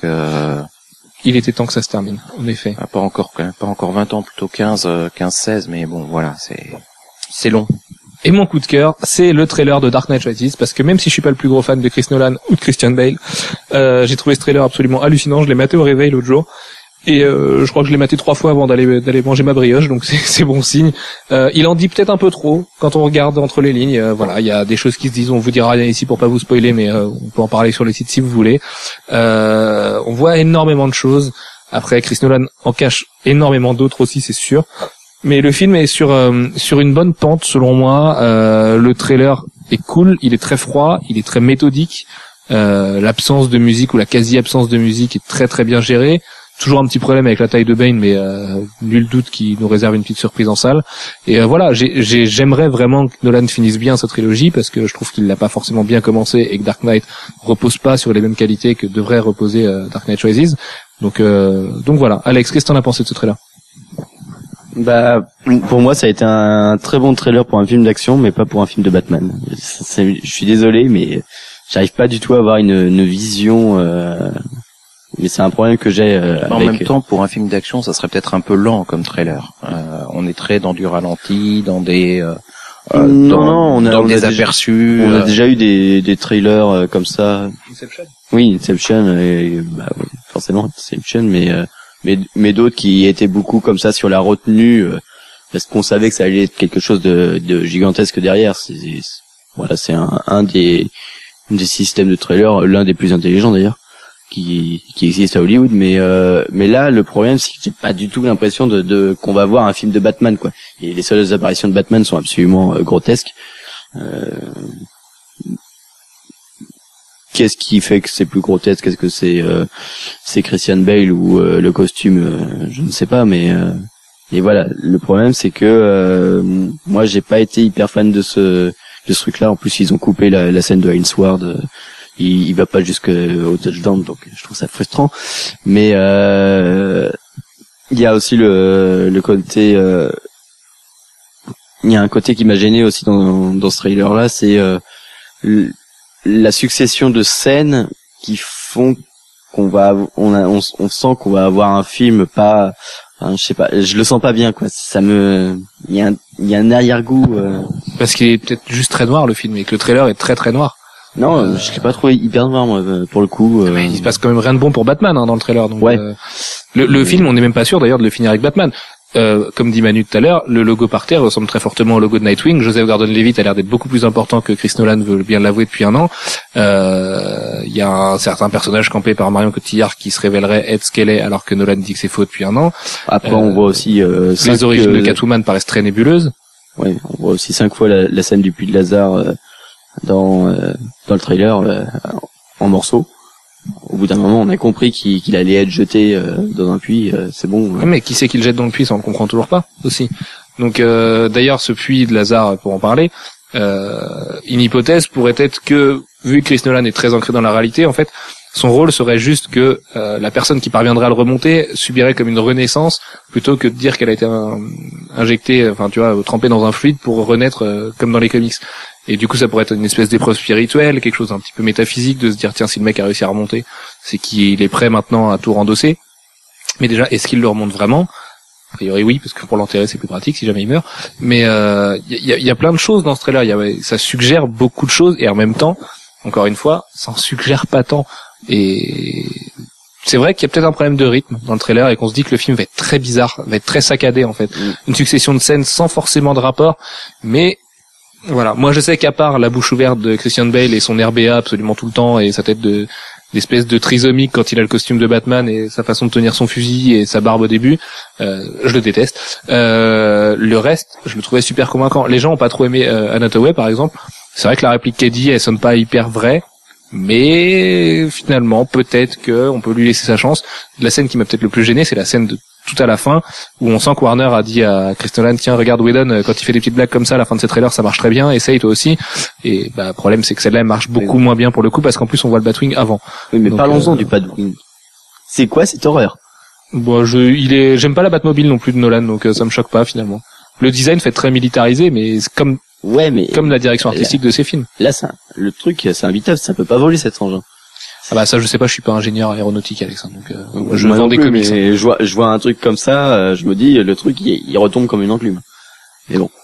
il était temps que ça se termine, en effet. Pas encore 20 ans, plutôt 15-16, mais bon voilà, c'est long. Et mon coup de cœur, c'est le trailer de Dark Knight Rises, parce que même si je suis pas le plus gros fan de Chris Nolan ou de Christian Bale, j'ai trouvé ce trailer absolument hallucinant. Je l'ai maté au réveil l'autre jour. Et je crois que je l'ai maté 3 fois avant d'aller manger ma brioche, donc c'est bon signe. Il en dit peut-être un peu trop quand on regarde entre les lignes. Voilà, il y a des choses qui se disent. On vous dira rien ici pour pas vous spoiler, mais on peut en parler sur les sites si vous voulez. On voit énormément de choses. Après, Chris Nolan en cache énormément d'autres aussi, c'est sûr. Mais le film est sur une bonne pente selon moi. Le trailer est cool, il est très froid, il est très méthodique. L'absence de musique ou la quasi-absence de musique est très très bien gérée. Toujours un petit problème avec la taille de Bane, mais nul doute qu'il nous réserve une petite surprise en salle. Et voilà, j'aimerais vraiment que Nolan finisse bien sa trilogie, parce que je trouve qu'il l'a pas forcément bien commencé et que Dark Knight repose pas sur les mêmes qualités que devrait reposer Dark Knight Rises. Donc voilà. Alex, qu'est-ce que t'en as pensé de ce trailer? Bah, pour moi, ça a été un très bon trailer pour un film d'action, mais pas pour un film de Batman. Je suis désolé, mais j'arrive pas du tout à avoir une vision. Mais c'est un problème que j'ai. En même temps, pour un film d'action, ça serait peut-être un peu lent comme trailer. On est très dans du ralenti, dans des on a des aperçus. On a déjà eu des trailers comme ça. Inception. Oui, Inception, et bah oui, forcément Inception, mais d'autres qui étaient beaucoup comme ça sur la retenue, parce qu'on savait que ça allait être quelque chose de gigantesque derrière. Voilà, c'est un des systèmes de trailer, l'un des plus intelligents d'ailleurs, qui existe à Hollywood, mais là le problème c'est que j'ai pas du tout l'impression de qu'on va voir un film de Batman, quoi. Et les seules apparitions de Batman sont absolument grotesques. Qu'est-ce qui fait que c'est plus grotesque? Est-ce que c'est Christian Bale ou le costume? Je ne sais pas, mais et voilà, le problème c'est que moi j'ai pas été hyper fan de ce truc-là. En plus ils ont coupé la scène de Ainsworth. Il va pas jusqu'au touchdown, donc je trouve ça frustrant. Mais il y a aussi le côté, il y a un côté qui m'a gêné aussi dans ce trailer-là, c'est la succession de scènes qui font qu'on on sent qu'on va avoir un film pas, enfin, je sais pas, je le sens pas bien, quoi. Il y a un arrière-goût. Parce qu'il est peut-être juste très noir le film et que le trailer est très très noir. Non, je l'ai pas trouvé hyper noir, moi, pour le coup. Mais il se passe quand même rien de bon pour Batman dans le trailer. Donc, ouais. Le film, on n'est même pas sûr d'ailleurs de le finir avec Batman. Comme dit Manu tout à l'heure, le logo par terre ressemble très fortement au logo de Nightwing. Joseph Gordon-Levitt a l'air d'être beaucoup plus important que Chris Nolan veut bien l'avouer depuis un an. Il y a un certain personnage campé par Marion Cotillard qui se révélerait être ce qu'elle est, alors que Nolan dit que c'est faux depuis un an. Après, on voit aussi les origines de Catwoman paraissent très nébuleuses. Ouais, on voit aussi 5 fois la scène du puits de Lazare dans le trailer en morceaux. Au bout d'un moment, on a compris qu'il allait être jeté dans un puits. C'est bon. Ouais, mais qui c'est qui le jette dans le puits, ça on le comprend toujours pas aussi. Donc d'ailleurs, ce puits de Lazare, pour en parler, une hypothèse pourrait être que, vu que Chris Nolan est très ancré dans la réalité, en fait, son rôle serait juste que la personne qui parviendrait à le remonter subirait comme une renaissance, plutôt que de dire qu'elle a été injectée, enfin tu vois, trempée dans un fluide pour renaître comme dans les comics. Et du coup, ça pourrait être une espèce d'épreuve spirituelle, quelque chose d'un petit peu métaphysique, de se dire tiens, si le mec a réussi à remonter, c'est qu'il est prêt maintenant à tout rendosser. Mais déjà, est-ce qu'il le remonte vraiment? A priori oui, parce que pour l'enterrer c'est plus pratique si jamais il meurt. Mais il y a plein de choses dans ce trailer. Ça suggère beaucoup de choses et en même temps, encore une fois, ça en suggère pas tant. Et c'est vrai qu'il y a peut-être un problème de rythme dans le trailer et qu'on se dit que le film va être très bizarre, va être très saccadé en fait. Une succession de scènes sans forcément de rapport, mais voilà. Moi je sais qu'à part la bouche ouverte de Christian Bale et son RBA absolument tout le temps et sa tête d'espèce de trisomique quand il a le costume de Batman et sa façon de tenir son fusil et sa barbe au début, je le déteste. Le reste, je le trouvais super convaincant. Les gens ont pas trop aimé Anna Hathaway par exemple. C'est vrai que la réplique qu'elle dit, elle sonne pas hyper vraie. Mais finalement, peut-être que on peut lui laisser sa chance. La scène qui m'a peut-être le plus gêné, c'est la scène de tout à la fin, où on sent que Warner a dit à Chris Nolan, tiens, regarde Whedon, quand il fait des petites blagues comme ça, à la fin de ses trailers, ça marche très bien, essaye toi aussi. Et bah, le problème, c'est que celle-là, elle marche beaucoup moins bien pour le coup, parce qu'en plus, on voit le Batwing avant. Oui, mais parlons-en du Batwing. C'est quoi cette horreur? Bon, j'aime pas la Batmobile non plus de Nolan, donc ça me choque pas finalement. Le design fait très militarisé, mais c'est comme la direction artistique de ses films. Là, le truc, c'est imbitable, ça peut pas voler cet engin. Ah bah ça, je sais pas, je suis pas ingénieur aéronautique, Alex, donc je vends des comics. Mais je vois un truc comme ça, je me dis, le truc, il retombe comme une enclume. Mais bon,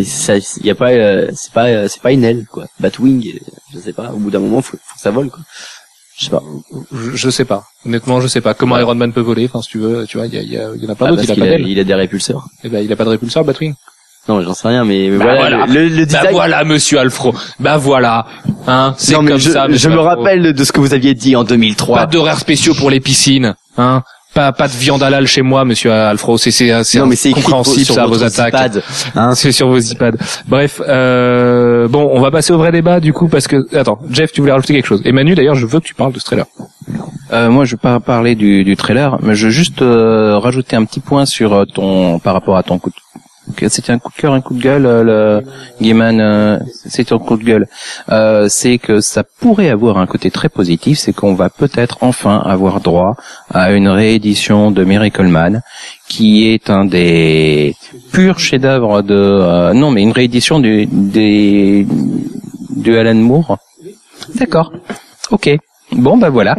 y a pas, c'est pas une aile, quoi. Batwing, je sais pas, au bout d'un moment, faut que ça vole, quoi. Je sais pas. Je sais pas. Honnêtement, je sais pas. Comment Iron Man peut voler? Enfin, si tu veux, tu vois, il y en a plein d'autres. Il a des répulseurs. Eh ben, il a pas de répulseur, Batwing. Non, j'en sais rien, mais Bah voilà. Le design. Bah voilà, monsieur Alfro. Bah voilà. Hein, c'est non, comme ça, monsieur je me Alfro. rappelle de ce que vous aviez dit en 2003. Pas d'horaires spéciaux pour les piscines, hein. Pas de viande halal chez moi, monsieur Alfro. C'est non, mais c'est compréhensible, sur ça, votre vos attaques. iPad, hein. C'est sur vos iPads. Bref, bon, on va passer au vrai débat, du coup, parce que, attends, Jeff, tu voulais rajouter quelque chose. Et Manu, d'ailleurs, je veux que tu parles de ce trailer. Moi, je vais pas parler du trailer, mais je veux juste rajouter un petit point sur par rapport à ton coup de... C'était un coup de cœur, un coup de gueule, le Gaiman, c'est un coup de gueule. C'est que ça pourrait avoir un côté très positif, c'est qu'on va peut-être enfin avoir droit à une réédition de Miracle Man, qui est un des purs chefs-d'œuvre non, mais une réédition du Alan Moore. D'accord. Ok. Bon, bah voilà.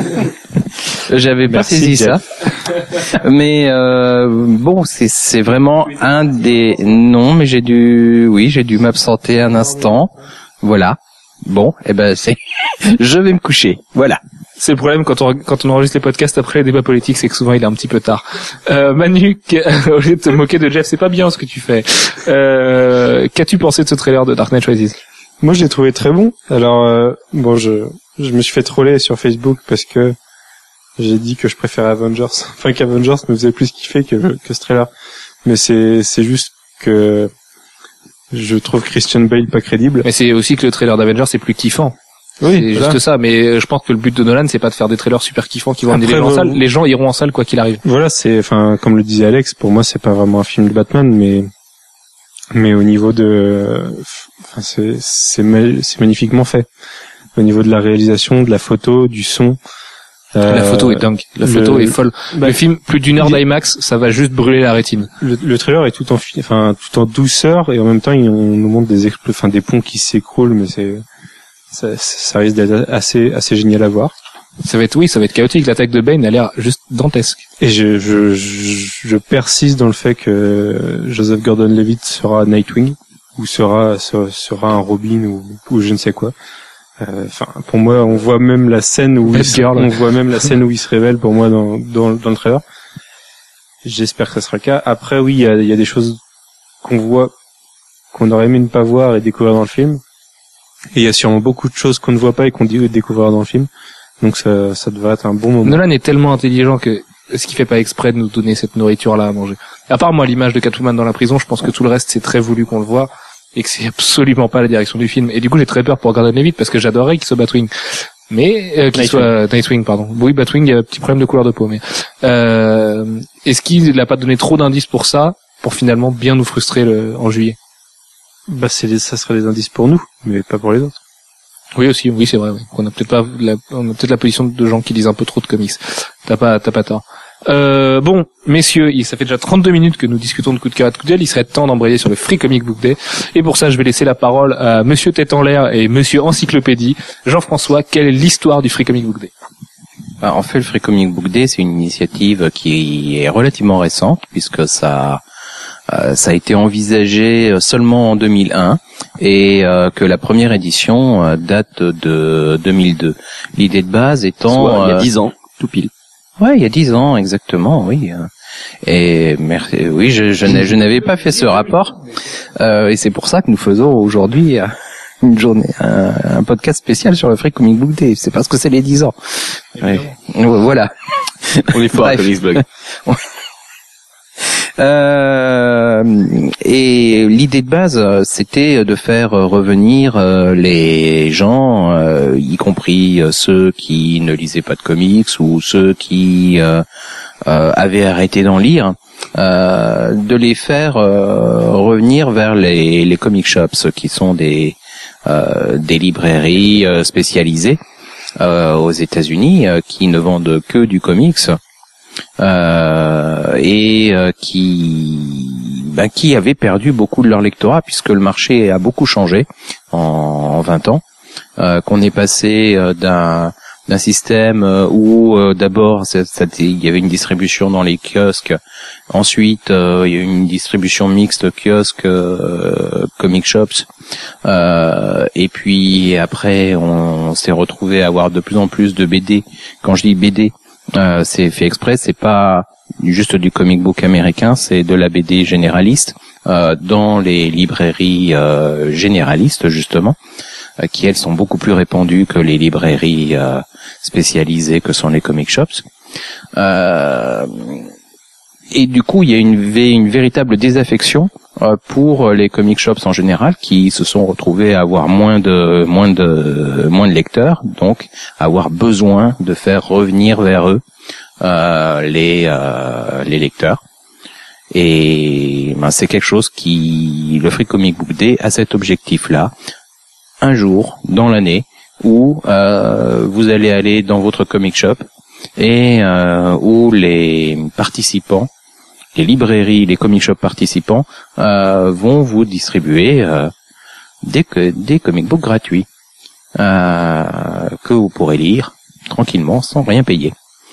J'avais pas saisi ça. Mais bon, c'est vraiment un des... Non, mais j'ai dû m'absenter un instant. Voilà. Bon, eh ben je vais me coucher. Voilà. C'est le problème quand on enregistre les podcasts après les débats politiques, c'est que souvent il est un petit peu tard. Manu, au lieu de te moquer de Jeff, c'est pas bien ce que tu fais. Qu'as-tu pensé de ce trailer de Dark Knight Rises? Moi, je l'ai trouvé très bon. Alors, bon, je me suis fait troller sur Facebook parce que j'ai dit que je préférais Avengers. Enfin, qu'Avengers me faisait plus kiffer que ce trailer. Mais c'est juste que je trouve Christian Bale pas crédible. Mais c'est aussi que le trailer d'Avengers c'est plus kiffant. Oui, c'est juste ça. Mais je pense que le but de Nolan c'est pas de faire des trailers super kiffants qui vont amener les gens en salle. Les gens iront en salle quoi qu'il arrive. Voilà, enfin, comme le disait Alex, pour moi c'est pas vraiment un film de Batman, mais au niveau de, enfin, c'est magnifiquement fait. Au niveau de la réalisation, de la photo, du son. La photo est dingue. La photo est folle. Le film, plus d'une heure d'IMAX, ça va juste brûler la rétine. Le trailer est tout en douceur et en même temps, on nous montre des ponts qui s'écroulent, mais ça risque d'être assez génial à voir. Ça va être chaotique. L'attaque de Bane a l'air juste dantesque. Et je persiste dans le fait que Joseph Gordon-Levitt sera Nightwing ou sera un Robin ou je ne sais quoi. Enfin, pour moi, on voit même la scène où il se révèle pour moi dans le trailer. J'espère que ça sera le cas. Après, oui, il y a des choses qu'on voit, qu'on aurait aimé ne pas voir et découvrir dans le film. Et il y a sûrement beaucoup de choses qu'on ne voit pas et qu'on découvrira dans le film. Donc ça devrait être un bon moment. Nolan est tellement intelligent que ce qu'il fait pas exprès de nous donner cette nourriture-là à manger. À part moi, l'image de Catwoman dans la prison, je pense que tout le reste c'est très voulu qu'on le voit et que c'est absolument pas la direction du film. Et du coup, j'ai très peur pour Gordon-Levitt parce que j'adorerais qu'il soit Batwing. Mais qu'il soit Nightwing, pardon. Oui, Batwing, il y a un petit problème de couleur de peau, mais est-ce qu'il n'a pas donné trop d'indices pour ça, pour finalement bien nous frustrer en juillet? Bah ça serait des indices pour nous, mais pas pour les autres. Oui aussi, oui c'est vrai. Oui. On a peut-être la position de gens qui lisent un peu trop de comics. T'as pas tort. Bon, messieurs, ça fait déjà 32 minutes que nous discutons de coup de cœur et de coup de gueule. Il serait temps d'embrayer sur le Free Comic Book Day. Et pour ça, je vais laisser la parole à Monsieur Tête en l'air et Monsieur Encyclopédie. Jean-François, quelle est l'histoire du Free Comic Book Day? En fait, le Free Comic Book Day, c'est une initiative qui est relativement récente puisque ça a été envisagé seulement en 2001 et que la première édition date de 2002. L'idée de base étant... il y a 10 ans, tout pile. Ouais, il y a 10 ans, exactement, oui. Et merci, oui, je n'avais pas fait ce rapport. Et c'est pour ça que nous faisons aujourd'hui une journée, un podcast spécial sur le Free Comic Book Day. C'est parce que c'est les 10 ans. Ouais. Voilà. On est fort à Comics Blog. Et l'idée de base, c'était de faire revenir les gens, y compris ceux qui ne lisaient pas de comics ou ceux qui avaient arrêté d'en lire, de les faire revenir vers les comic shops, qui sont des librairies spécialisées aux États-Unis, qui ne vendent que du comics. Qui avaient perdu beaucoup de leur lectorat puisque le marché a beaucoup changé en 20 ans, qu'on est passé d'un d'un système où d'abord il y avait une distribution dans les kiosques, ensuite il y a eu une distribution mixte kiosque comic shops, et puis après on s'est retrouvé à avoir de plus en plus de BD. Quand je dis BD, c'est fait exprès, c'est pas juste du comic book américain, c'est de la BD généraliste dans les librairies généralistes justement, qui elles sont beaucoup plus répandues que les librairies spécialisées que sont les comic shops. Et du coup, il y a une véritable désaffection pour les comic shops en général, qui se sont retrouvés à avoir moins de lecteurs, donc avoir besoin de faire revenir vers eux les lecteurs. Et c'est quelque chose le Free Comic Book Day a cet objectif-là, un jour dans l'année où vous allez aller dans votre comic shop et où les participants, les librairies, les comic shops participants vont vous distribuer des comic books gratuits que vous pourrez lire tranquillement sans rien payer.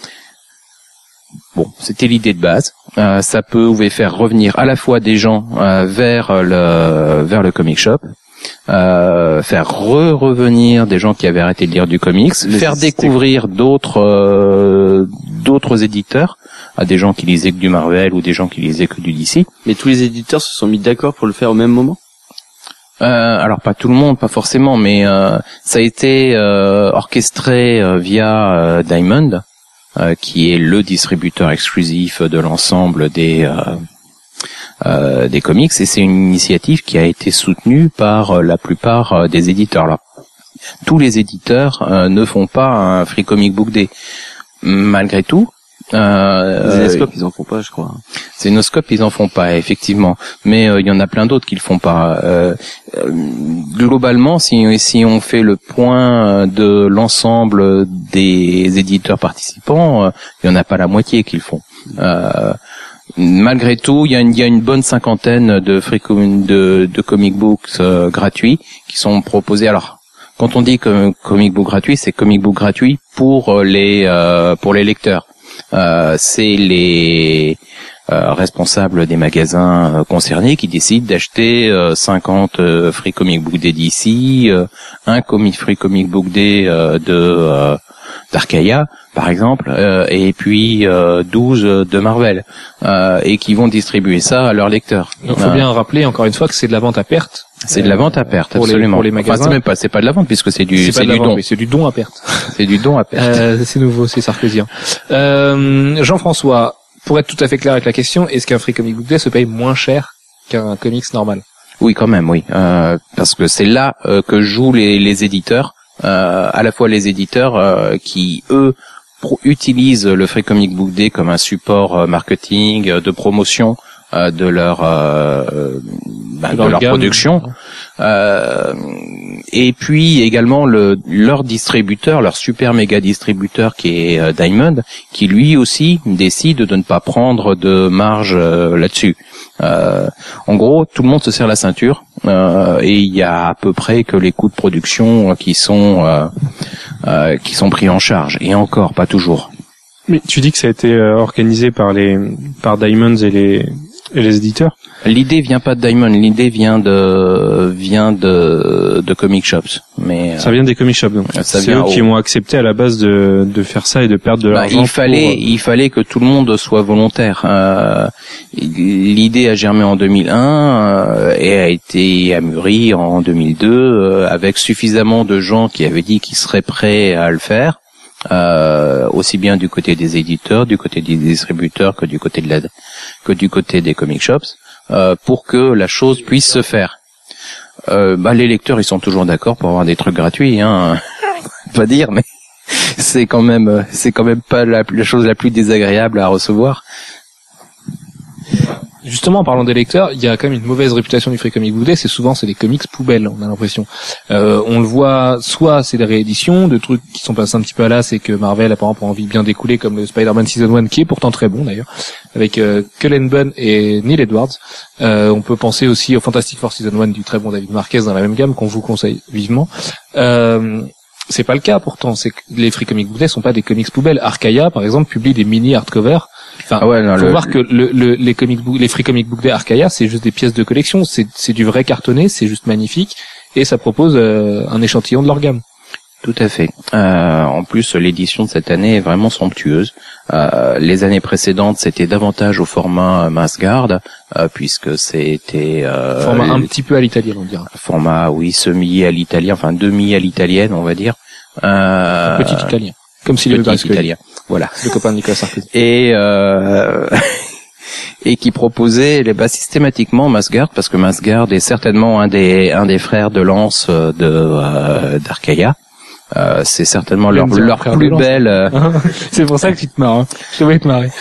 Bon, c'était l'idée de base. Ça pouvait faire revenir à la fois des gens vers le comic shop, faire revenir des gens qui avaient arrêté de lire du comics, faire découvrir d'autres éditeurs à des gens qui lisaient que du Marvel ou des gens qui lisaient que du DC. Mais tous les éditeurs se sont mis d'accord pour le faire au même moment? Alors pas tout le monde, pas forcément, mais ça a été orchestré via Diamond, qui est le distributeur exclusif de l'ensemble des comics, et c'est une initiative qui a été soutenue par la plupart des éditeurs. Là, tous les éditeurs ne font pas un Free Comic Book Day. Malgré tout, Zenescope, ils en font pas, je crois. Zenescope, ils en font pas, effectivement. Mais il y en a plein d'autres qui le font pas. Globalement, si on fait le point de l'ensemble des éditeurs participants, il y en a pas la moitié qui le font. Malgré tout, il y a une bonne cinquantaine de comic books gratuits qui sont proposés. Alors, quand on dit que comic book gratuit, c'est comic book gratuit pour les lecteurs. C'est les responsables des magasins concernés qui décident d'acheter 50 Free Comic Book Day d'ici, un Free Comic Book Day d'Arcaia, par exemple, et puis 12 de Marvel, et qui vont distribuer ça à leurs lecteurs. Il faut bien rappeler encore une fois que c'est de la vente à perte. C'est de la vente à perte, absolument. Pour les magasins. Enfin, c'est pas de la vente puisque c'est du don. C'est du don à perte. C'est du don à perte. C'est nouveau, c'est sarkozy. Jean-François, pour être tout à fait clair avec la question, est-ce qu'un Free Comic Book Day se paye moins cher qu'un comics normal? Oui, quand même, oui. Parce que c'est là que jouent les éditeurs, à la fois les éditeurs qui, eux, utilisent le Free Comic Book Day comme un support marketing, de promotion de leur production, et puis également leur distributeur, leur super méga distributeur qui est Diamond, qui lui aussi décide de ne pas prendre de marge là-dessus. En gros, tout le monde se serre la ceinture, et il y a à peu près que les coûts de production qui sont pris en charge, et encore pas toujours. Mais tu dis que ça a été organisé par Diamond et les éditeurs? L'idée vient pas de Diamond, l'idée vient de comic shops, mais ça vient des comic shops, donc. C'est eux qui ont accepté à la base de faire ça et de perdre de l'argent. Il fallait que tout le monde soit volontaire. L'idée a germé en 2001 et a été amûrie en 2002 avec suffisamment de gens qui avaient dit qu'ils seraient prêts à le faire. Aussi bien du côté des éditeurs, du côté des distributeurs que du côté des comic shops, pour que la chose puisse se faire. Les lecteurs, ils sont toujours d'accord pour avoir des trucs gratuits, hein. Pas dire, mais c'est quand même pas la chose la plus désagréable à recevoir. Justement, en parlant des lecteurs, il y a quand même une mauvaise réputation du Free Comic Book Day, c'est des comics poubelles, on a l'impression. On le voit, soit c'est des rééditions de trucs qui sont passés un petit peu à l'as et que Marvel a par exemple envie de bien découler, comme le Spider-Man Season 1, qui est pourtant très bon d'ailleurs, avec Cullen Bunn et Neil Edwards. On peut penser aussi au Fantastic Four Season 1 du très bon David Marquez dans la même gamme, qu'on vous conseille vivement. c'est pas le cas pourtant. C'est que les Free Comic Book Day sont pas des comics poubelles. Arcaia, par exemple, publie des mini hardcover. Enfin, faut voir que les Free Comic Book Day Arcaia, c'est juste des pièces de collection. C'est du vrai cartonné, c'est juste magnifique. Et ça propose un échantillon de leur gamme. Tout à fait. En plus, l'édition de cette année est vraiment somptueuse. Les années précédentes, c'était davantage au format mass guard, puisque c'était format un petit peu à l'italienne, on dirait. Format, oui, semi à l'italien, enfin demi à l'italienne, on va dire. Petit italien, comme s'il avait petit italien. Voilà. Le copain de Nicolas Sarkozy. Et et qui proposait systématiquement Masgard, parce que Masgard est certainement un des frères de lance d'Arcaia. C'est certainement leur plus belle. C'est pour ça que tu te marres. Hein. Je te voyais te marrer.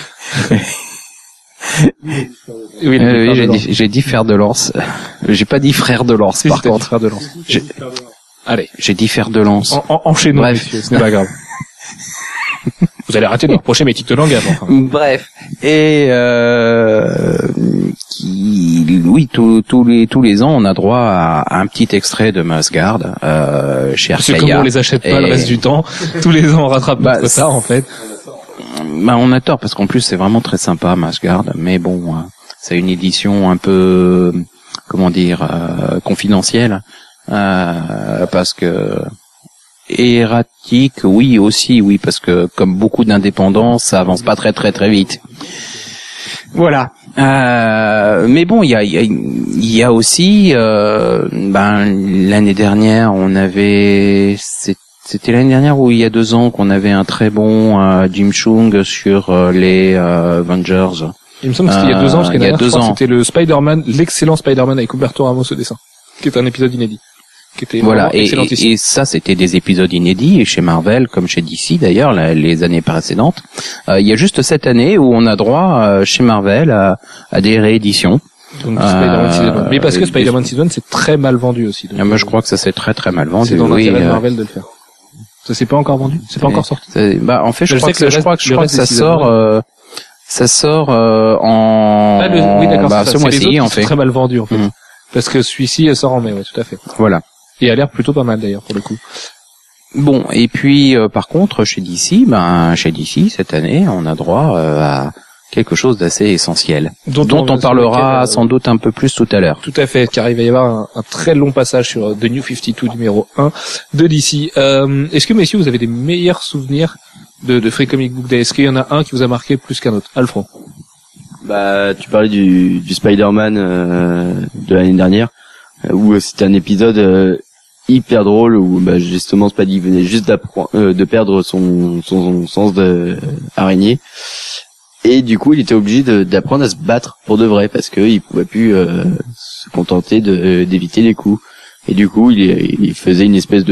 Oui, j'ai dit fer de lance. J'ai pas dit frère de lance. Si, par contre, frère de lance. Allez, j'ai dit fer de lance. Enchaînons, messieurs, ce n'est pas grave. Vous allez arrêter de me reprocher mes titres de langage. Enfin. Bref, et oui, tous les ans, on a droit à un petit extrait de Masgard chez Arcaia. Parce que comme on les achète pas le reste du temps, tous les ans on rattrape notre retard en fait. On a tort parce qu'en plus c'est vraiment très sympa Masgard, mais bon, c'est une édition un peu, comment dire, confidentielle, parce que erratique, oui aussi, oui, parce que comme beaucoup d'indépendants, ça avance pas très vite. Voilà. Mais bon, il y a aussi, l'année dernière, on avait, c'était l'année dernière ou il y a 2 ans qu'on avait un très bon Jim Chung sur les Avengers. Il me semble que c'était il y a 2 ans, parce que c'était le Spider-Man, l'excellent Spider-Man avec Humberto Ramos au dessin, qui est un épisode inédit. Qui était et ça c'était des épisodes inédits et chez Marvel comme chez DC d'ailleurs les années précédentes. Il y a juste cette année où on a droit chez Marvel à des rééditions. Donc Spider-Man Season 1. Mais parce que Spider-Man Season 1 c'est très mal vendu aussi. Donc, moi je crois que ça c'est très mal vendu. C'est dans l'intérêt de Marvel de le faire. Ça c'est pas encore vendu, c'est pas encore sorti. En fait je crois que ça sort en oui d'accord, ce mois-ci en fait. C'est très mal vendu en fait. Parce que celui-ci sort en mai, ouais, tout à fait. Voilà. Et a l'air plutôt pas mal d'ailleurs pour le coup. Bon, et puis par contre chez DC, cette année, on a droit à quelque chose d'assez essentiel, dont on parlera sans doute un peu plus tout à l'heure. Tout à fait, car il va y avoir un très long passage sur The New 52 numéro 1 de DC. Est-ce que messieurs vous avez des meilleurs souvenirs de Free Comic Book Day? Est-ce qu'il y en a un qui vous a marqué plus qu'un autre? Alfred. Tu parlais du Spider-Man de l'année dernière, où c'était un épisode hyper drôle où justement Spidey venait juste de perdre son sens de araignée et du coup il était obligé d'apprendre à se battre pour de vrai parce que il pouvait plus se contenter d'éviter les coups et du coup il faisait une espèce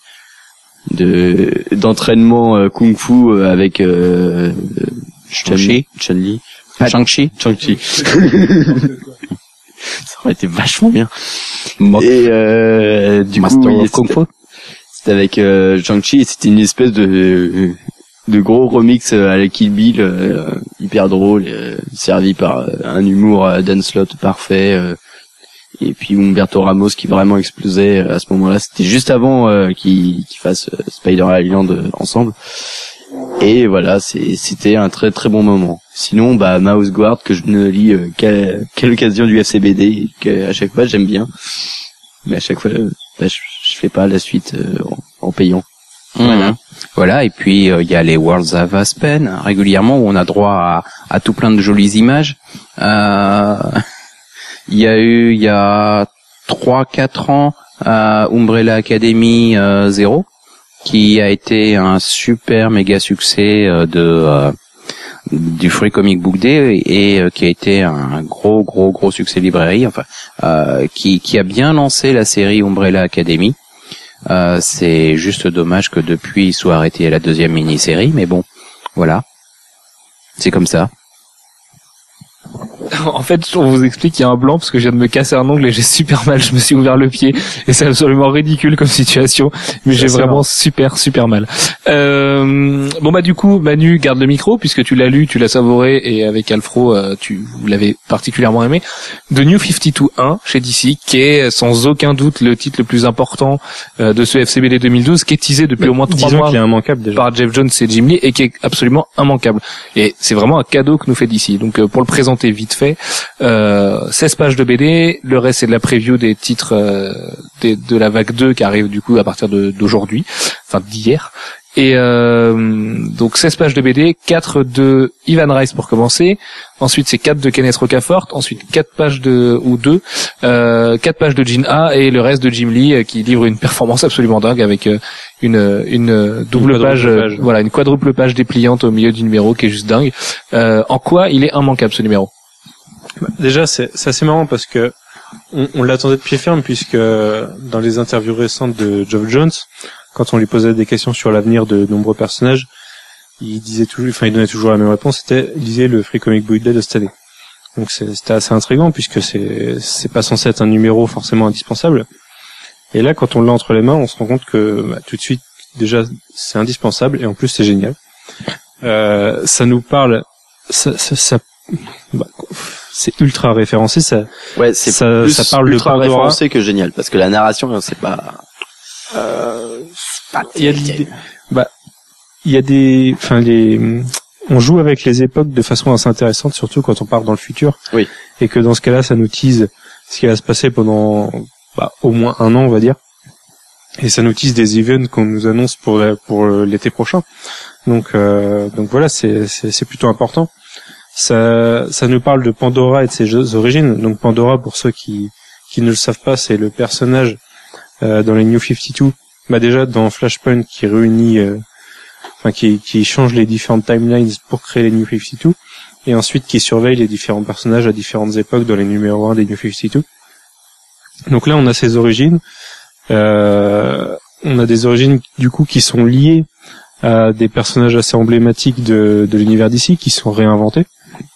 d'entraînement kung-fu avec Chun-Li. Shang-Chi. Ça aurait été vachement bien. Et du Master coup, of Kung Fu. c'était avec Shang-Chi et c'était une espèce de gros remix à la Kill Bill, hyper drôle, servi par un humour Dan Slott parfait. Et puis Humberto Ramos qui vraiment explosait à ce moment-là. C'était juste avant qu'ils fassent Spider Island ensemble. Et voilà, c'était un très très bon moment. Sinon, Mouse Guard que je ne lis qu'à l'occasion du FCBD, que à chaque fois j'aime bien, mais à chaque fois je fais pas la suite en payant. Voilà, et puis il y a les Worlds of Aspen régulièrement où on a droit à tout plein de jolies images. Il y a 3-4 ans Umbrella Academy 0 qui a été un super méga succès du Free Comic Book Day et qui a été un gros succès librairie, qui a bien lancé la série Umbrella Academy. C'est juste dommage que depuis il soit arrêté à la 2e mini-série, mais bon, voilà. C'est comme ça. En fait, on vous explique qu'il y a un blanc parce que je viens de me casser un ongle et j'ai super mal. Je me suis ouvert le pied et c'est absolument ridicule comme situation. Mais j'ai vraiment super mal. Bon bah du coup, Manu, garde le micro puisque tu l'as lu, tu l'as savouré et avec Alfro, vous l'avez particulièrement aimé. The New 52-1 chez DC, qui est sans aucun doute le titre le plus important de ce FCBD 2012, qui est teasé depuis au moins 3 mois qu'il est immanquable déjà par Jeff Jones et Jim Lee et qui est absolument immanquable. Et c'est vraiment un cadeau que nous fait DC. Donc pour le présenter vite fait, 16 pages de BD, le reste c'est de la preview des titres de la vague 2 qui arrive du coup à partir d'aujourd'hui, enfin d'hier. Et donc 16 pages de BD, 4 de Ivan Rice pour commencer, ensuite c'est 4 de Kenneth Rocafort, ensuite 4 pages de 4 pages de Gene A et le reste de Jim Lee qui livre une performance absolument dingue avec une double page, voilà, une quadruple page dépliante au milieu du numéro qui est juste dingue. En quoi il est immanquable ce numéro? Déjà c'est assez marrant parce que on l'attendait de pied ferme puisque dans les interviews récentes de Geoff Jones, quand on lui posait des questions sur l'avenir de nombreux personnages, il donnait toujours la même réponse, il disait le Free Comic Book Day de cette année. Donc c'était assez intriguant puisque c'est pas censé être un numéro forcément indispensable. Et là, quand on l'a entre les mains, on se rend compte que tout de suite, déjà, c'est indispensable et en plus c'est génial. Ça nous parle, c'est ultra référencé, ça. Ouais, c'est ça parle ultra de Pandora. référencé que génial, parce que la narration, c'est pas. Il y a on joue avec les époques de façon assez intéressante, surtout quand on part dans le futur. Oui. Et que dans ce cas-là, ça nous tease ce qui va se passer pendant au moins un an, on va dire. Et ça nous tease des events qu'on nous annonce pour l'été prochain. Donc voilà, c'est plutôt important. Ça nous parle de Pandora et de ses origines. Donc Pandora, pour ceux qui ne le savent pas, c'est le personnage dans les New 52. Déjà dans Flashpoint qui réunit, qui change les différentes timelines pour créer les New 52, et ensuite qui surveille les différents personnages à différentes époques dans les numéros 1 des New 52. Donc là, on a ses origines. On a des origines du coup qui sont liées à des personnages assez emblématiques de l'univers d'ici qui sont réinventés,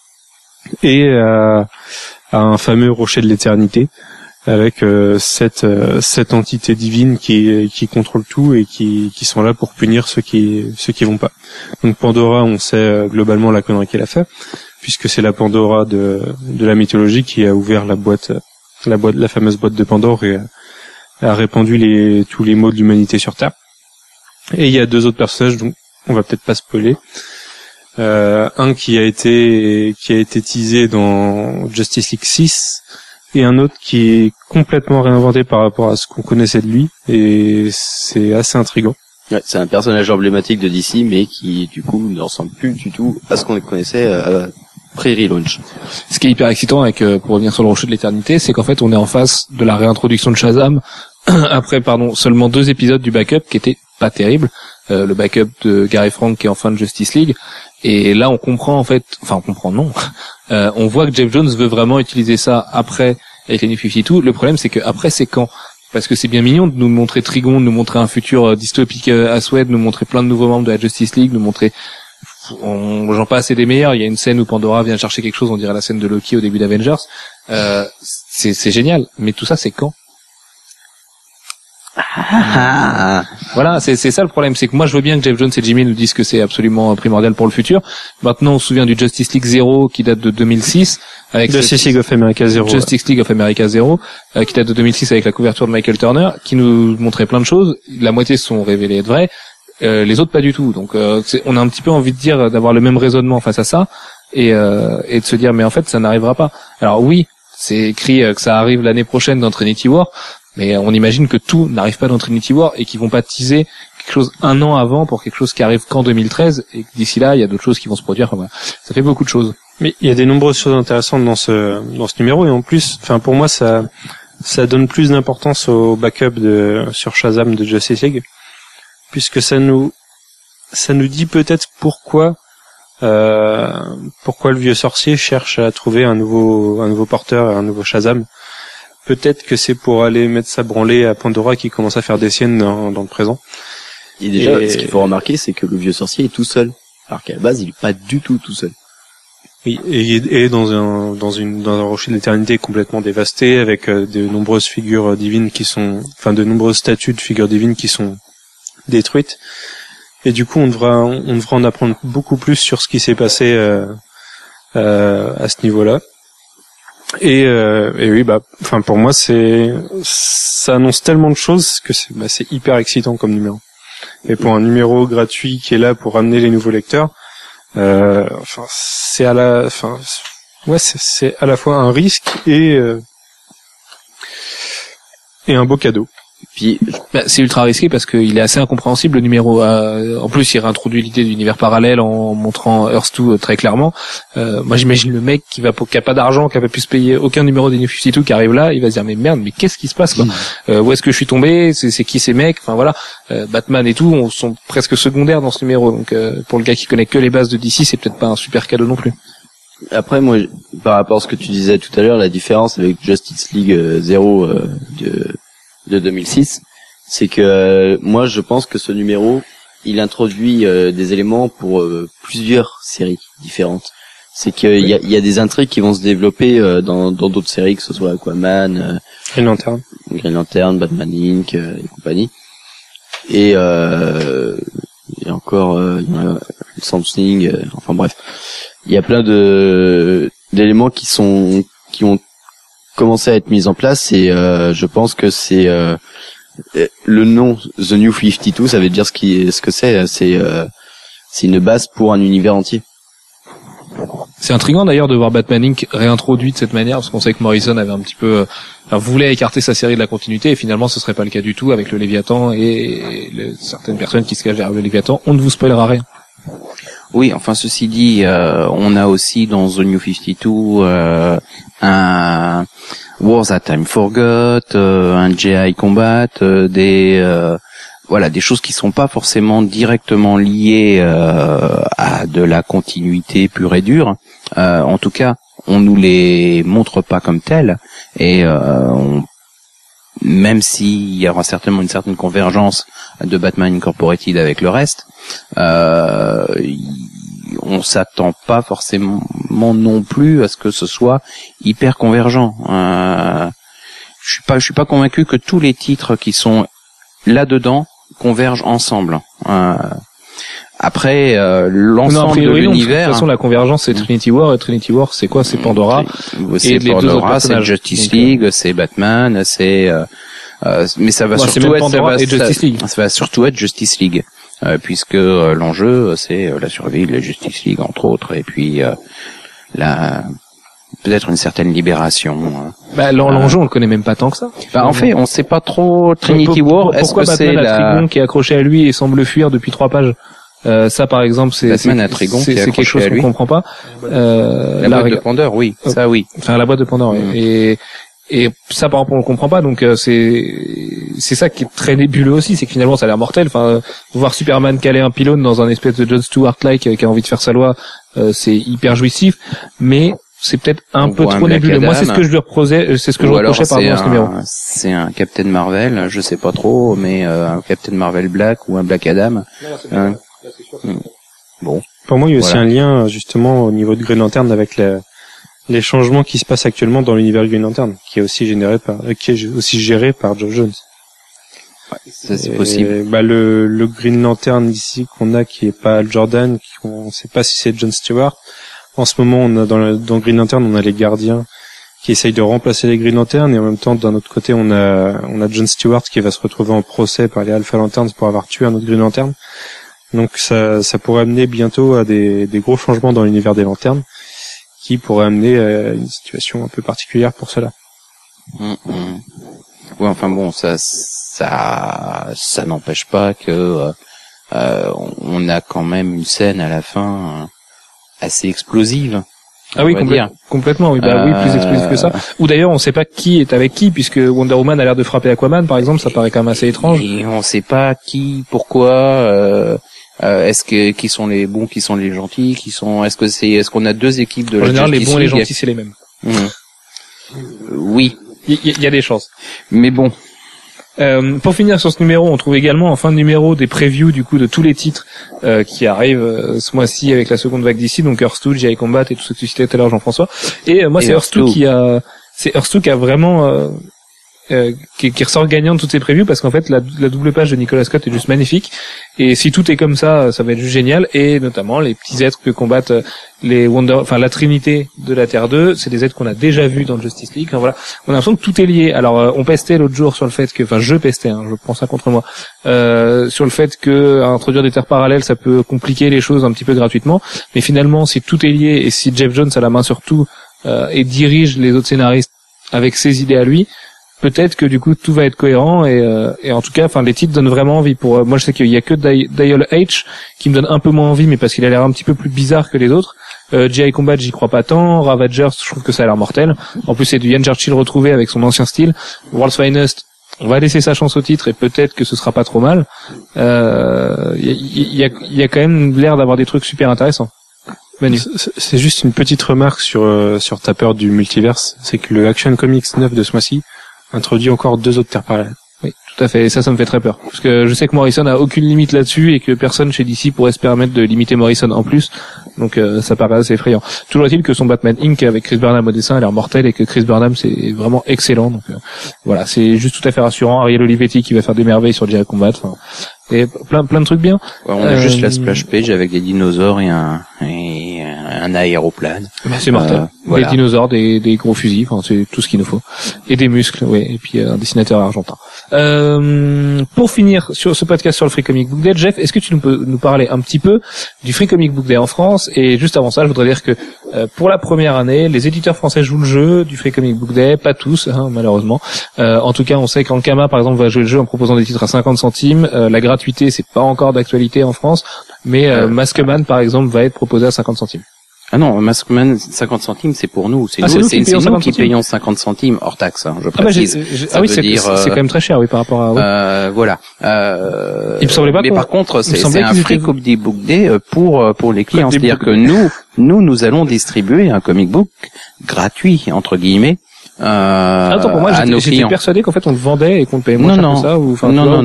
et à un fameux rocher de l'éternité avec cette entité divine qui contrôle tout et qui sont là pour punir ceux qui vont pas. Donc Pandora, on sait globalement la connerie qu'elle a fait, puisque c'est la Pandora de la mythologie qui a ouvert la fameuse boîte de Pandore et a répandu tous les maux de l'humanité sur Terre. Et il y a 2 autres personnages, donc on va peut-être pas spoiler. Un qui a été teasé dans Justice League 6, et un autre qui est complètement réinventé par rapport à ce qu'on connaissait de lui, et c'est assez intriguant. Ouais, c'est un personnage emblématique de DC, mais qui du coup ne ressemble plus du tout à ce qu'on connaissait pré-relaunch. Ce qui est hyper excitant avec, pour revenir sur le rocher de l'éternité, c'est qu'en fait on est en face de la réintroduction de Shazam après seulement 2 épisodes du backup qui étaient pas terribles, le backup de Gary Frank qui est en fin de Justice League. Et là, on comprend en fait, on voit que Jeff Jones veut vraiment utiliser ça après avec les New 52. Le problème, c'est que après, c'est quand? Parce que c'est bien mignon de nous montrer Trigon, de nous montrer un futur dystopique à souhait, de nous montrer plein de nouveaux membres de la Justice League, de nous montrer, j'en passe et des meilleurs. Il y a une scène où Pandora vient chercher quelque chose, on dirait la scène de Loki au début d'Avengers. C'est génial. Mais tout ça, c'est quand? Voilà, c'est ça le problème, c'est que moi je veux bien que Jeff Jones et Jimmy nous disent que c'est absolument primordial pour le futur. Maintenant on se souvient du Justice League 0 qui date de 2006 avec Justice League of America 0, Justice League of America 0 qui date de 2006 avec la couverture de Michael Turner qui nous montrait plein de choses, la moitié se sont révélées être vraies, les autres pas du tout. Donc on a un petit peu envie de dire d'avoir le même raisonnement face à ça et de se dire mais en fait ça n'arrivera pas. Alors oui, c'est écrit que ça arrive l'année prochaine dans Trinity War. Mais on imagine que tout n'arrive pas dans Trinity War et qu'ils vont pas teaser quelque chose un an avant pour quelque chose qui arrive qu'en 2013 et que d'ici là il y a d'autres choses qui vont se produire. Enfin, voilà. Ça fait beaucoup de choses. Mais il y a des nombreuses choses intéressantes dans ce numéro et en plus, pour moi ça donne plus d'importance au backup sur Shazam de Justice League, puisque ça nous dit peut-être pourquoi le vieux sorcier cherche à trouver un nouveau porteur, un nouveau Shazam. Peut-être que c'est pour aller mettre sa branlée à Pandora qui commence à faire des siennes dans le présent. Et déjà, ce qu'il faut remarquer, c'est que le vieux sorcier est tout seul. Alors qu'à la base, il est pas du tout seul. Oui, et dans un rocher de l'éternité complètement dévasté, avec de nombreuses figures divines de nombreuses statues de figures divines qui sont détruites. Et du coup, on devra en apprendre beaucoup plus sur ce qui s'est passé à ce niveau-là. Et oui, pour moi, ça annonce tellement de choses que c'est hyper excitant comme numéro. Et pour un numéro gratuit qui est là pour amener les nouveaux lecteurs, c'est à la fois un risque et un beau cadeau. Puis c'est ultra risqué parce qu'il est assez incompréhensible le numéro. En plus, il réintroduit l'idée d'univers parallèle en montrant Earth 2 très clairement. Moi, j'imagine le mec qui a pas d'argent, qui a pas pu se payer aucun numéro des New 52, qui arrive là, il va se dire mais merde, mais qu'est-ce qui se passe quoi? Où est-ce que je suis tombé? C'est qui ces mecs? Enfin voilà, Batman et tout sont presque secondaires dans ce numéro. Donc pour le gars qui connaît que les bases de DC, c'est peut-être pas un super cadeau non plus. Après, moi, par rapport à ce que tu disais tout à l'heure, la différence avec Justice League 0 de 2006, c'est que moi je pense que ce numéro il introduit des éléments pour plusieurs séries différentes. C'est qu'il y a des intrigues qui vont se développer dans d'autres séries, que ce soit Aquaman, Green Lantern, Batman Inc. Et compagnie. Et encore il y a Swamp Thing, enfin bref, il y a plein d'éléments qui ont commencé à être mis en place, et je pense que c'est le nom The New 52, ça veut dire ce que c'est une base pour un univers entier. C'est intriguant d'ailleurs de voir Batman Inc. réintroduit de cette manière, parce qu'on sait que Morrison avait un petit peu voulait écarter sa série de la continuité, et finalement ce serait pas le cas du tout avec le Léviathan et certaines personnes qui se cachent derrière le Léviathan. On ne vous spoilera rien. Oui, enfin ceci dit, on a aussi dans The New 52 un Wars That Time Forgot, un GI Combat, des choses qui sont pas forcément directement liées à de la continuité pure et dure. En tout cas, on nous les montre pas comme telles, et même s'il y aura certainement une certaine convergence de Batman Incorporated avec le reste, on s'attend pas forcément non plus à ce que ce soit hyper convergent. Je suis pas convaincu que tous les titres qui sont là-dedans convergent ensemble. Après, l'ensemble de l'univers. De toute façon, la convergence, c'est Trinity War, et Trinity War, c'est quoi? C'est Pandora. C'est Pandora, c'est Justice League, c'est Batman, mais ça va surtout être Justice League. Puisque l'enjeu c'est la survie de la Justice League entre autres, et puis peut-être une certaine libération. L'enjeu on le connaît même pas tant que ça. En fait, on sait pas trop. Trinity War, est-ce que c'est Trigon qui est accroché à lui et semble fuir depuis 3 pages? Ça par exemple, c'est quelque chose qu'on comprend pas. La boîte de Pandore, oui, ça oui. Enfin la boîte de Pandore, oui. Et ça, par exemple, on le comprend pas, donc c'est ça qui est très nébuleux aussi, c'est que finalement ça a l'air mortel. Enfin, voir Superman caler un pylône dans un espèce de Jon Stewart-like qui a envie de faire sa loi, c'est hyper jouissif, mais c'est peut-être un peu trop nébuleux. Moi, c'est ce que je lui reprochais, dans ce numéro. C'est un Captain Marvel, je sais pas trop, mais un Captain Marvel Black ou un Black Adam. Bon. Pour moi, il y a aussi un lien justement au niveau de Green Lantern avec les changements qui se passent actuellement dans l'univers Green Lantern, qui est aussi géré par Geoff Johns. Ouais, ça c'est possible. Le Green Lantern ici qu'on a, qui est pas Hal Jordan, on sait pas si c'est John Stewart. En ce moment, on a dans Green Lantern, on a les Gardiens qui essayent de remplacer les Green Lantern, et en même temps, d'un autre côté, on a John Stewart qui va se retrouver en procès par les Alpha Lanterns pour avoir tué un autre Green Lantern. Donc ça pourrait amener bientôt à des gros changements dans l'univers des Lanternes, qui pourrait amener à une situation un peu particulière pour cela. Ouais, enfin bon, ça n'empêche pas que on a quand même une scène à la fin assez explosive. Ah oui, complètement, oui, oui, plus explosive que ça. Ou d'ailleurs, on sait pas qui est avec qui, puisque Wonder Woman a l'air de frapper Aquaman, par exemple, ça paraît quand même assez étrange. Et on sait pas qui, pourquoi, qui sont les bons, qui sont les gentils, est-ce qu'on a deux équipes de la Justice League? En général, les bons et les gentils, c'est les mêmes. Oui. Il y a des chances. Mais bon. Pour finir sur ce numéro, on trouve également en fin de numéro des previews du coup de tous les titres qui arrivent ce mois-ci avec la seconde vague d'ici, donc Earth 2, G.I. Combat et tout ce que tu citais tout à l'heure, Jean-François. Et moi, c'est Earth 2 qui a vraiment qui ressort gagnant de toutes ces previews, parce qu'en fait la double page de Nicolas Scott est juste magnifique, et si tout est comme ça va être juste génial. Et notamment les petits êtres que combattent la Trinité de la Terre 2, c'est des êtres qu'on a déjà vus dans Justice League. Enfin, voilà, on a l'impression que tout est lié. Alors on pestait l'autre jour sur le fait que, je pestais, je prends ça contre moi, sur le fait que introduire des terres parallèles ça peut compliquer les choses un petit peu gratuitement, mais finalement si tout est lié et si Jeff Jones a la main sur tout et dirige les autres scénaristes avec ses idées à lui, peut-être que du coup tout va être cohérent, et en tout cas, les titres donnent vraiment envie. Pour moi, je sais qu'il y a que Dial H qui me donne un peu moins envie, mais parce qu'il a l'air un petit peu plus bizarre que les autres. G.I. Combat, j'y crois pas tant. Ravagers, je trouve que ça a l'air mortel. En plus, c'est du Ian Churchill retrouvé avec son ancien style. World's Finest, on va laisser sa chance au titre et peut-être que ce sera pas trop mal. Il y a quand même l'air d'avoir des trucs super intéressants. Manu. C'est juste une petite remarque sur ta peur du multiverse, c'est que le Action Comics 9 de ce mois-ci introduit encore 2 autres terres parallèles. Oui, tout à fait. Et ça me fait très peur. Parce que je sais que Morrison a aucune limite là-dessus et que personne chez DC pourrait se permettre de limiter Morrison en plus. Donc ça paraît assez effrayant. Toujours est-il que son Batman Inc. avec Chris Burnham au dessin a l'air mortel et que Chris Burnham c'est vraiment excellent. Donc voilà, c'est juste tout à fait rassurant. Ariel Olivetti qui va faire des merveilles sur G.I. Combat. Et plein de trucs bien. Ouais, on a juste la splash page avec des dinosaures et un aéroplane. C'est mortel. Voilà. Des dinosaures, des gros fusils, c'est tout ce qu'il nous faut. Et des muscles, et puis un dessinateur argentin. Pour finir sur ce podcast sur le Free Comic Book Day, Jeff, est-ce que tu peux nous parler un petit peu du Free Comic Book Day en France? Et juste avant ça, je voudrais dire que pour la première année, les éditeurs français jouent le jeu du Free Comic Book Day, pas tous, malheureusement. En tout cas, on sait qu'Ankama, par exemple, va jouer le jeu en proposant des titres à 50 centimes. La gratuité, c'est pas encore d'actualité en France, mais Maskman, par exemple, va être proposé à 50 centimes. Ah non, Maskman 50 centimes, c'est pour nous. C'est nous qui payons 50 centimes hors taxe, je précise. C'est quand même très cher, oui, par rapport à... Voilà. Il me semblait pas. Mais par contre, c'est un Free Comic Book Day pour les clients. C'est-à-dire que nous allons distribuer un comic book gratuit, entre guillemets. Attends, pour moi, j'étais persuadé qu'en fait on le vendait et qu'on le payait moins cher que ça, ou non,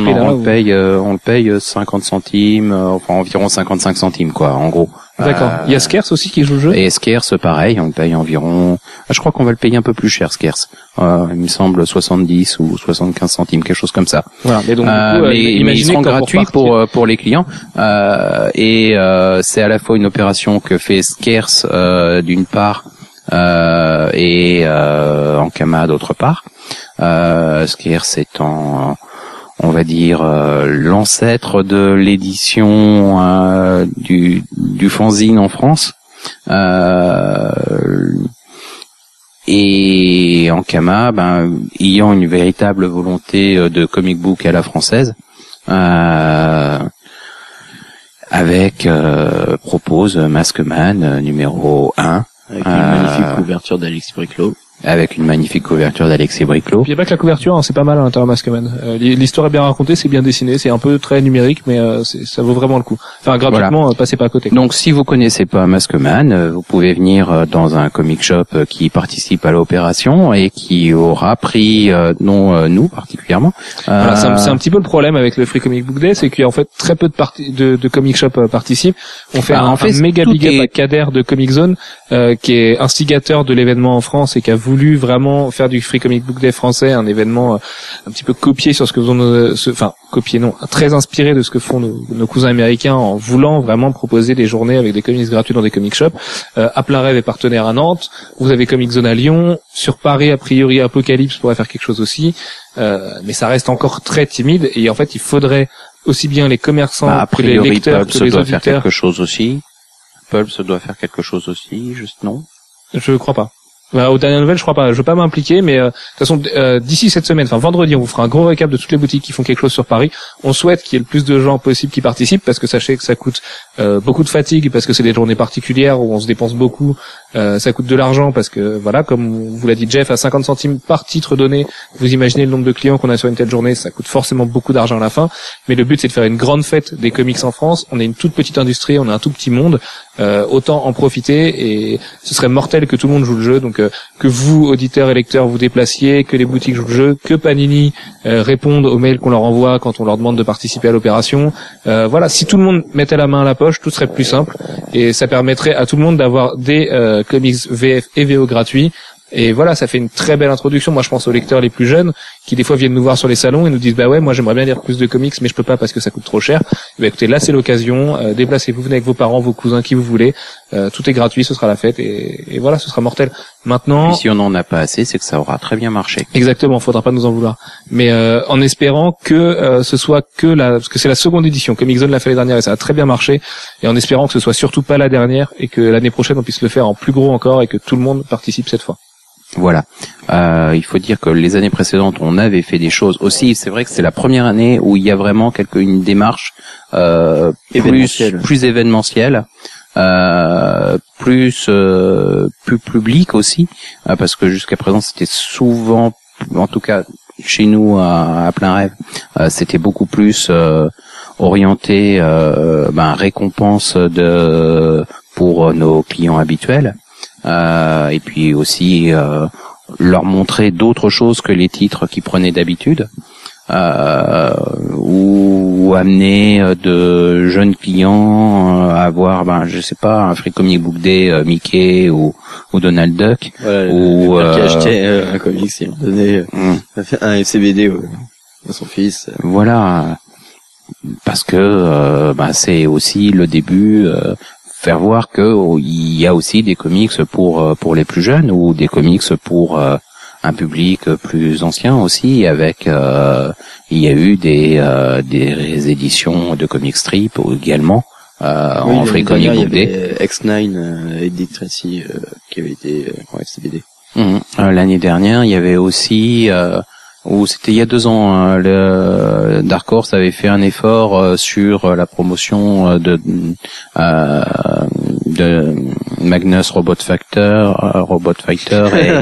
on le paye 50 centimes, environ 55 centimes, quoi, en gros. D'accord. Il y a Scarce aussi qui joue le jeu. Et Scarce, pareil, on le paye environ, je crois qu'on va le payer un peu plus cher, Scarce. Il me semble 70 ou 75 centimes, quelque chose comme ça. Voilà. Et donc, mais ils seront gratuits pour les clients, et c'est à la fois une opération que fait Scarce, d'une part, et Ankama d'autre part. Scarce étant, on va dire, l'ancêtre de l'édition du fanzine en France, et Ankama, ayant une véritable volonté de comic book à la française, propose Maskman numéro 1. Avec une magnifique couverture d'Alexis Briclot. Avec une magnifique couverture d'Alexis Briclot. Il y a pas que la couverture, c'est pas mal à l'intérieur Maskman. L'histoire est bien racontée, c'est bien dessiné, c'est un peu très numérique, mais ça vaut vraiment le coup. Enfin, gratuitement, voilà. Passez pas à côté. Donc, si vous connaissez pas Maskman, vous pouvez venir dans un comic shop qui participe à l'opération et qui aura pris, nous particulièrement. Voilà, c'est un petit peu le problème avec le Free Comic Book Day, c'est qu'il y a en fait très peu de comic shop participent. On fait un méga big up à Kader de Comic Zone, qui est instigateur de l'événement en France et qui a voulu vraiment faire du Free Comic Book Day français un événement un petit peu copié sur ce que font très inspiré de ce que font nos cousins américains, en voulant vraiment proposer des journées avec des comics gratuits dans des comic shops. À plein rêve est partenaire à Nantes, vous avez Comic Zone à Lyon, sur Paris a priori Apocalypse pourrait faire quelque chose aussi, mais ça reste encore très timide, et en fait il faudrait aussi bien les commerçants que les lecteurs que les auditeurs. Faire quelque chose aussi. Pulse doit faire quelque chose aussi, juste non? Je crois pas. Aux dernières nouvelles, je crois pas. Je veux pas m'impliquer, mais de toute façon, d'ici cette semaine, vendredi, on vous fera un gros récap de toutes les boutiques qui font quelque chose sur Paris. On souhaite qu'il y ait le plus de gens possible qui participent, parce que sachez que ça coûte beaucoup de fatigue, parce que c'est des journées particulières où on se dépense beaucoup. Ça coûte de l'argent, parce que voilà, comme vous l'a dit Jeff, à 50 centimes par titre donné, vous imaginez le nombre de clients qu'on a sur une telle journée, ça coûte forcément beaucoup d'argent à la fin. Mais le but, c'est de faire une grande fête des comics en France. On est une toute petite industrie, on est un tout petit monde, autant en profiter, et ce serait mortel que tout le monde joue le jeu. Donc que vous, auditeurs et lecteurs, vous déplaciez, que les boutiques jouent le jeu, que Panini répondent aux mails qu'on leur envoie quand on leur demande de participer à l'opération. Voilà, si tout le monde mettait la main à la poche, tout serait plus simple, et ça permettrait à tout le monde d'avoir des comics VF et VO gratuits. Et voilà, ça fait une très belle introduction. Moi, je pense aux lecteurs les plus jeunes qui des fois viennent nous voir sur les salons et nous disent bah ouais, moi j'aimerais bien lire plus de comics, mais je peux pas parce que ça coûte trop cher. Bah écoutez, là c'est l'occasion. Déplacez-vous, venez avec vos parents, vos cousins, qui vous voulez. Tout est gratuit, ce sera la fête, et voilà, ce sera mortel. Maintenant, Et si on en a pas assez, c'est que ça aura très bien marché. exactement, faudra pas nous en vouloir. Mais en espérant que ce soit que parce que c'est la seconde édition. Comic Zone l'a fait l'année dernière et ça a très bien marché. Et en espérant que ce soit surtout pas la dernière et que l'année prochaine on puisse le faire en plus gros encore et que tout le monde participe cette fois. Voilà. Il faut dire que les années précédentes, on avait fait des choses aussi. C'est vrai que c'est la première année où il y a vraiment une démarche plus événementielle, plus public aussi, parce que jusqu'à présent c'était souvent, en tout cas chez nous à Plein Rêve, c'était beaucoup plus orienté récompense pour nos clients habituels. Et puis aussi leur montrer d'autres choses que les titres qu'ils prenaient d'habitude, ou amener de jeunes clients à avoir je sais pas, un Free Comic Book Day Mickey ou Donald Duck, Voilà, ou le père qui achetait un comics, il a donné un FCBD à son fils. voilà, parce que c'est aussi le début, faire voir que il y a aussi des comics pour les plus jeunes, ou des comics pour un public plus ancien aussi, avec il y a eu des éditions de comic strip également en Free Comic Book Day. Il y avait X9 et Dick Tracy qui avait été en FCBD. L'année dernière, il y avait aussi ou c'était il y a 2 ans, le Dark Horse avait fait un effort sur la promotion de Magnus Robot Fighter et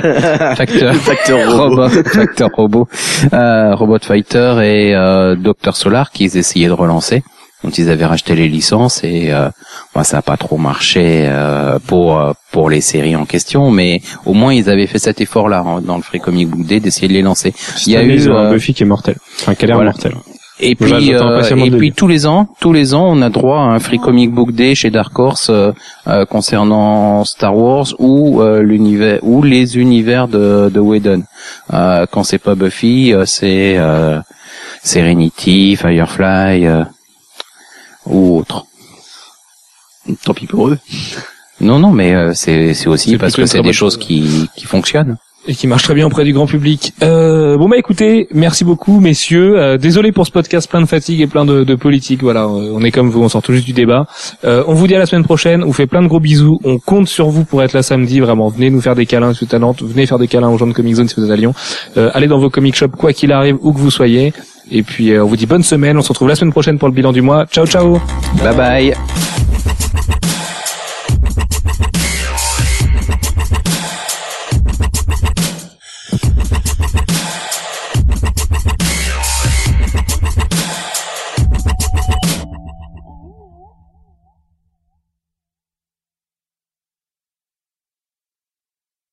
Robot Fighter et Dr Solar, qu'ils essayaient de relancer, dont ils avaient racheté les licences, et ça a pas trop marché pour les séries en question, mais au moins ils avaient fait cet effort-là dans le Free Comic Book Day d'essayer de les lancer. Il y a eu un Buffy qui est mortel, qui a l'air mortel. Et puis tous les ans, on a droit à un Free Comic Book Day chez Dark Horse concernant Star Wars ou l'univers ou les univers de Whedon. Quand c'est pas Buffy, c'est Serenity, Firefly ou autre. Tant pis pour eux. Non, mais c'est aussi parce que c'est des choses qui fonctionnent. Et qui marche très bien auprès du grand public. Écoutez, merci beaucoup messieurs. Désolé pour ce podcast plein de fatigue et plein de politique. Voilà, on est comme vous, on sort tout juste du débat. On vous dit à la semaine prochaine. On vous fait plein de gros bisous. On compte sur vous pour être là samedi. Vraiment, venez nous faire des câlins si vous êtes à Nantes. Venez faire des câlins aux gens de Comic Zone si vous êtes à Lyon. Allez dans vos comic shops quoi qu'il arrive, où que vous soyez. Et puis on vous dit bonne semaine. On se retrouve la semaine prochaine pour le bilan du mois. Ciao ciao. Bye bye.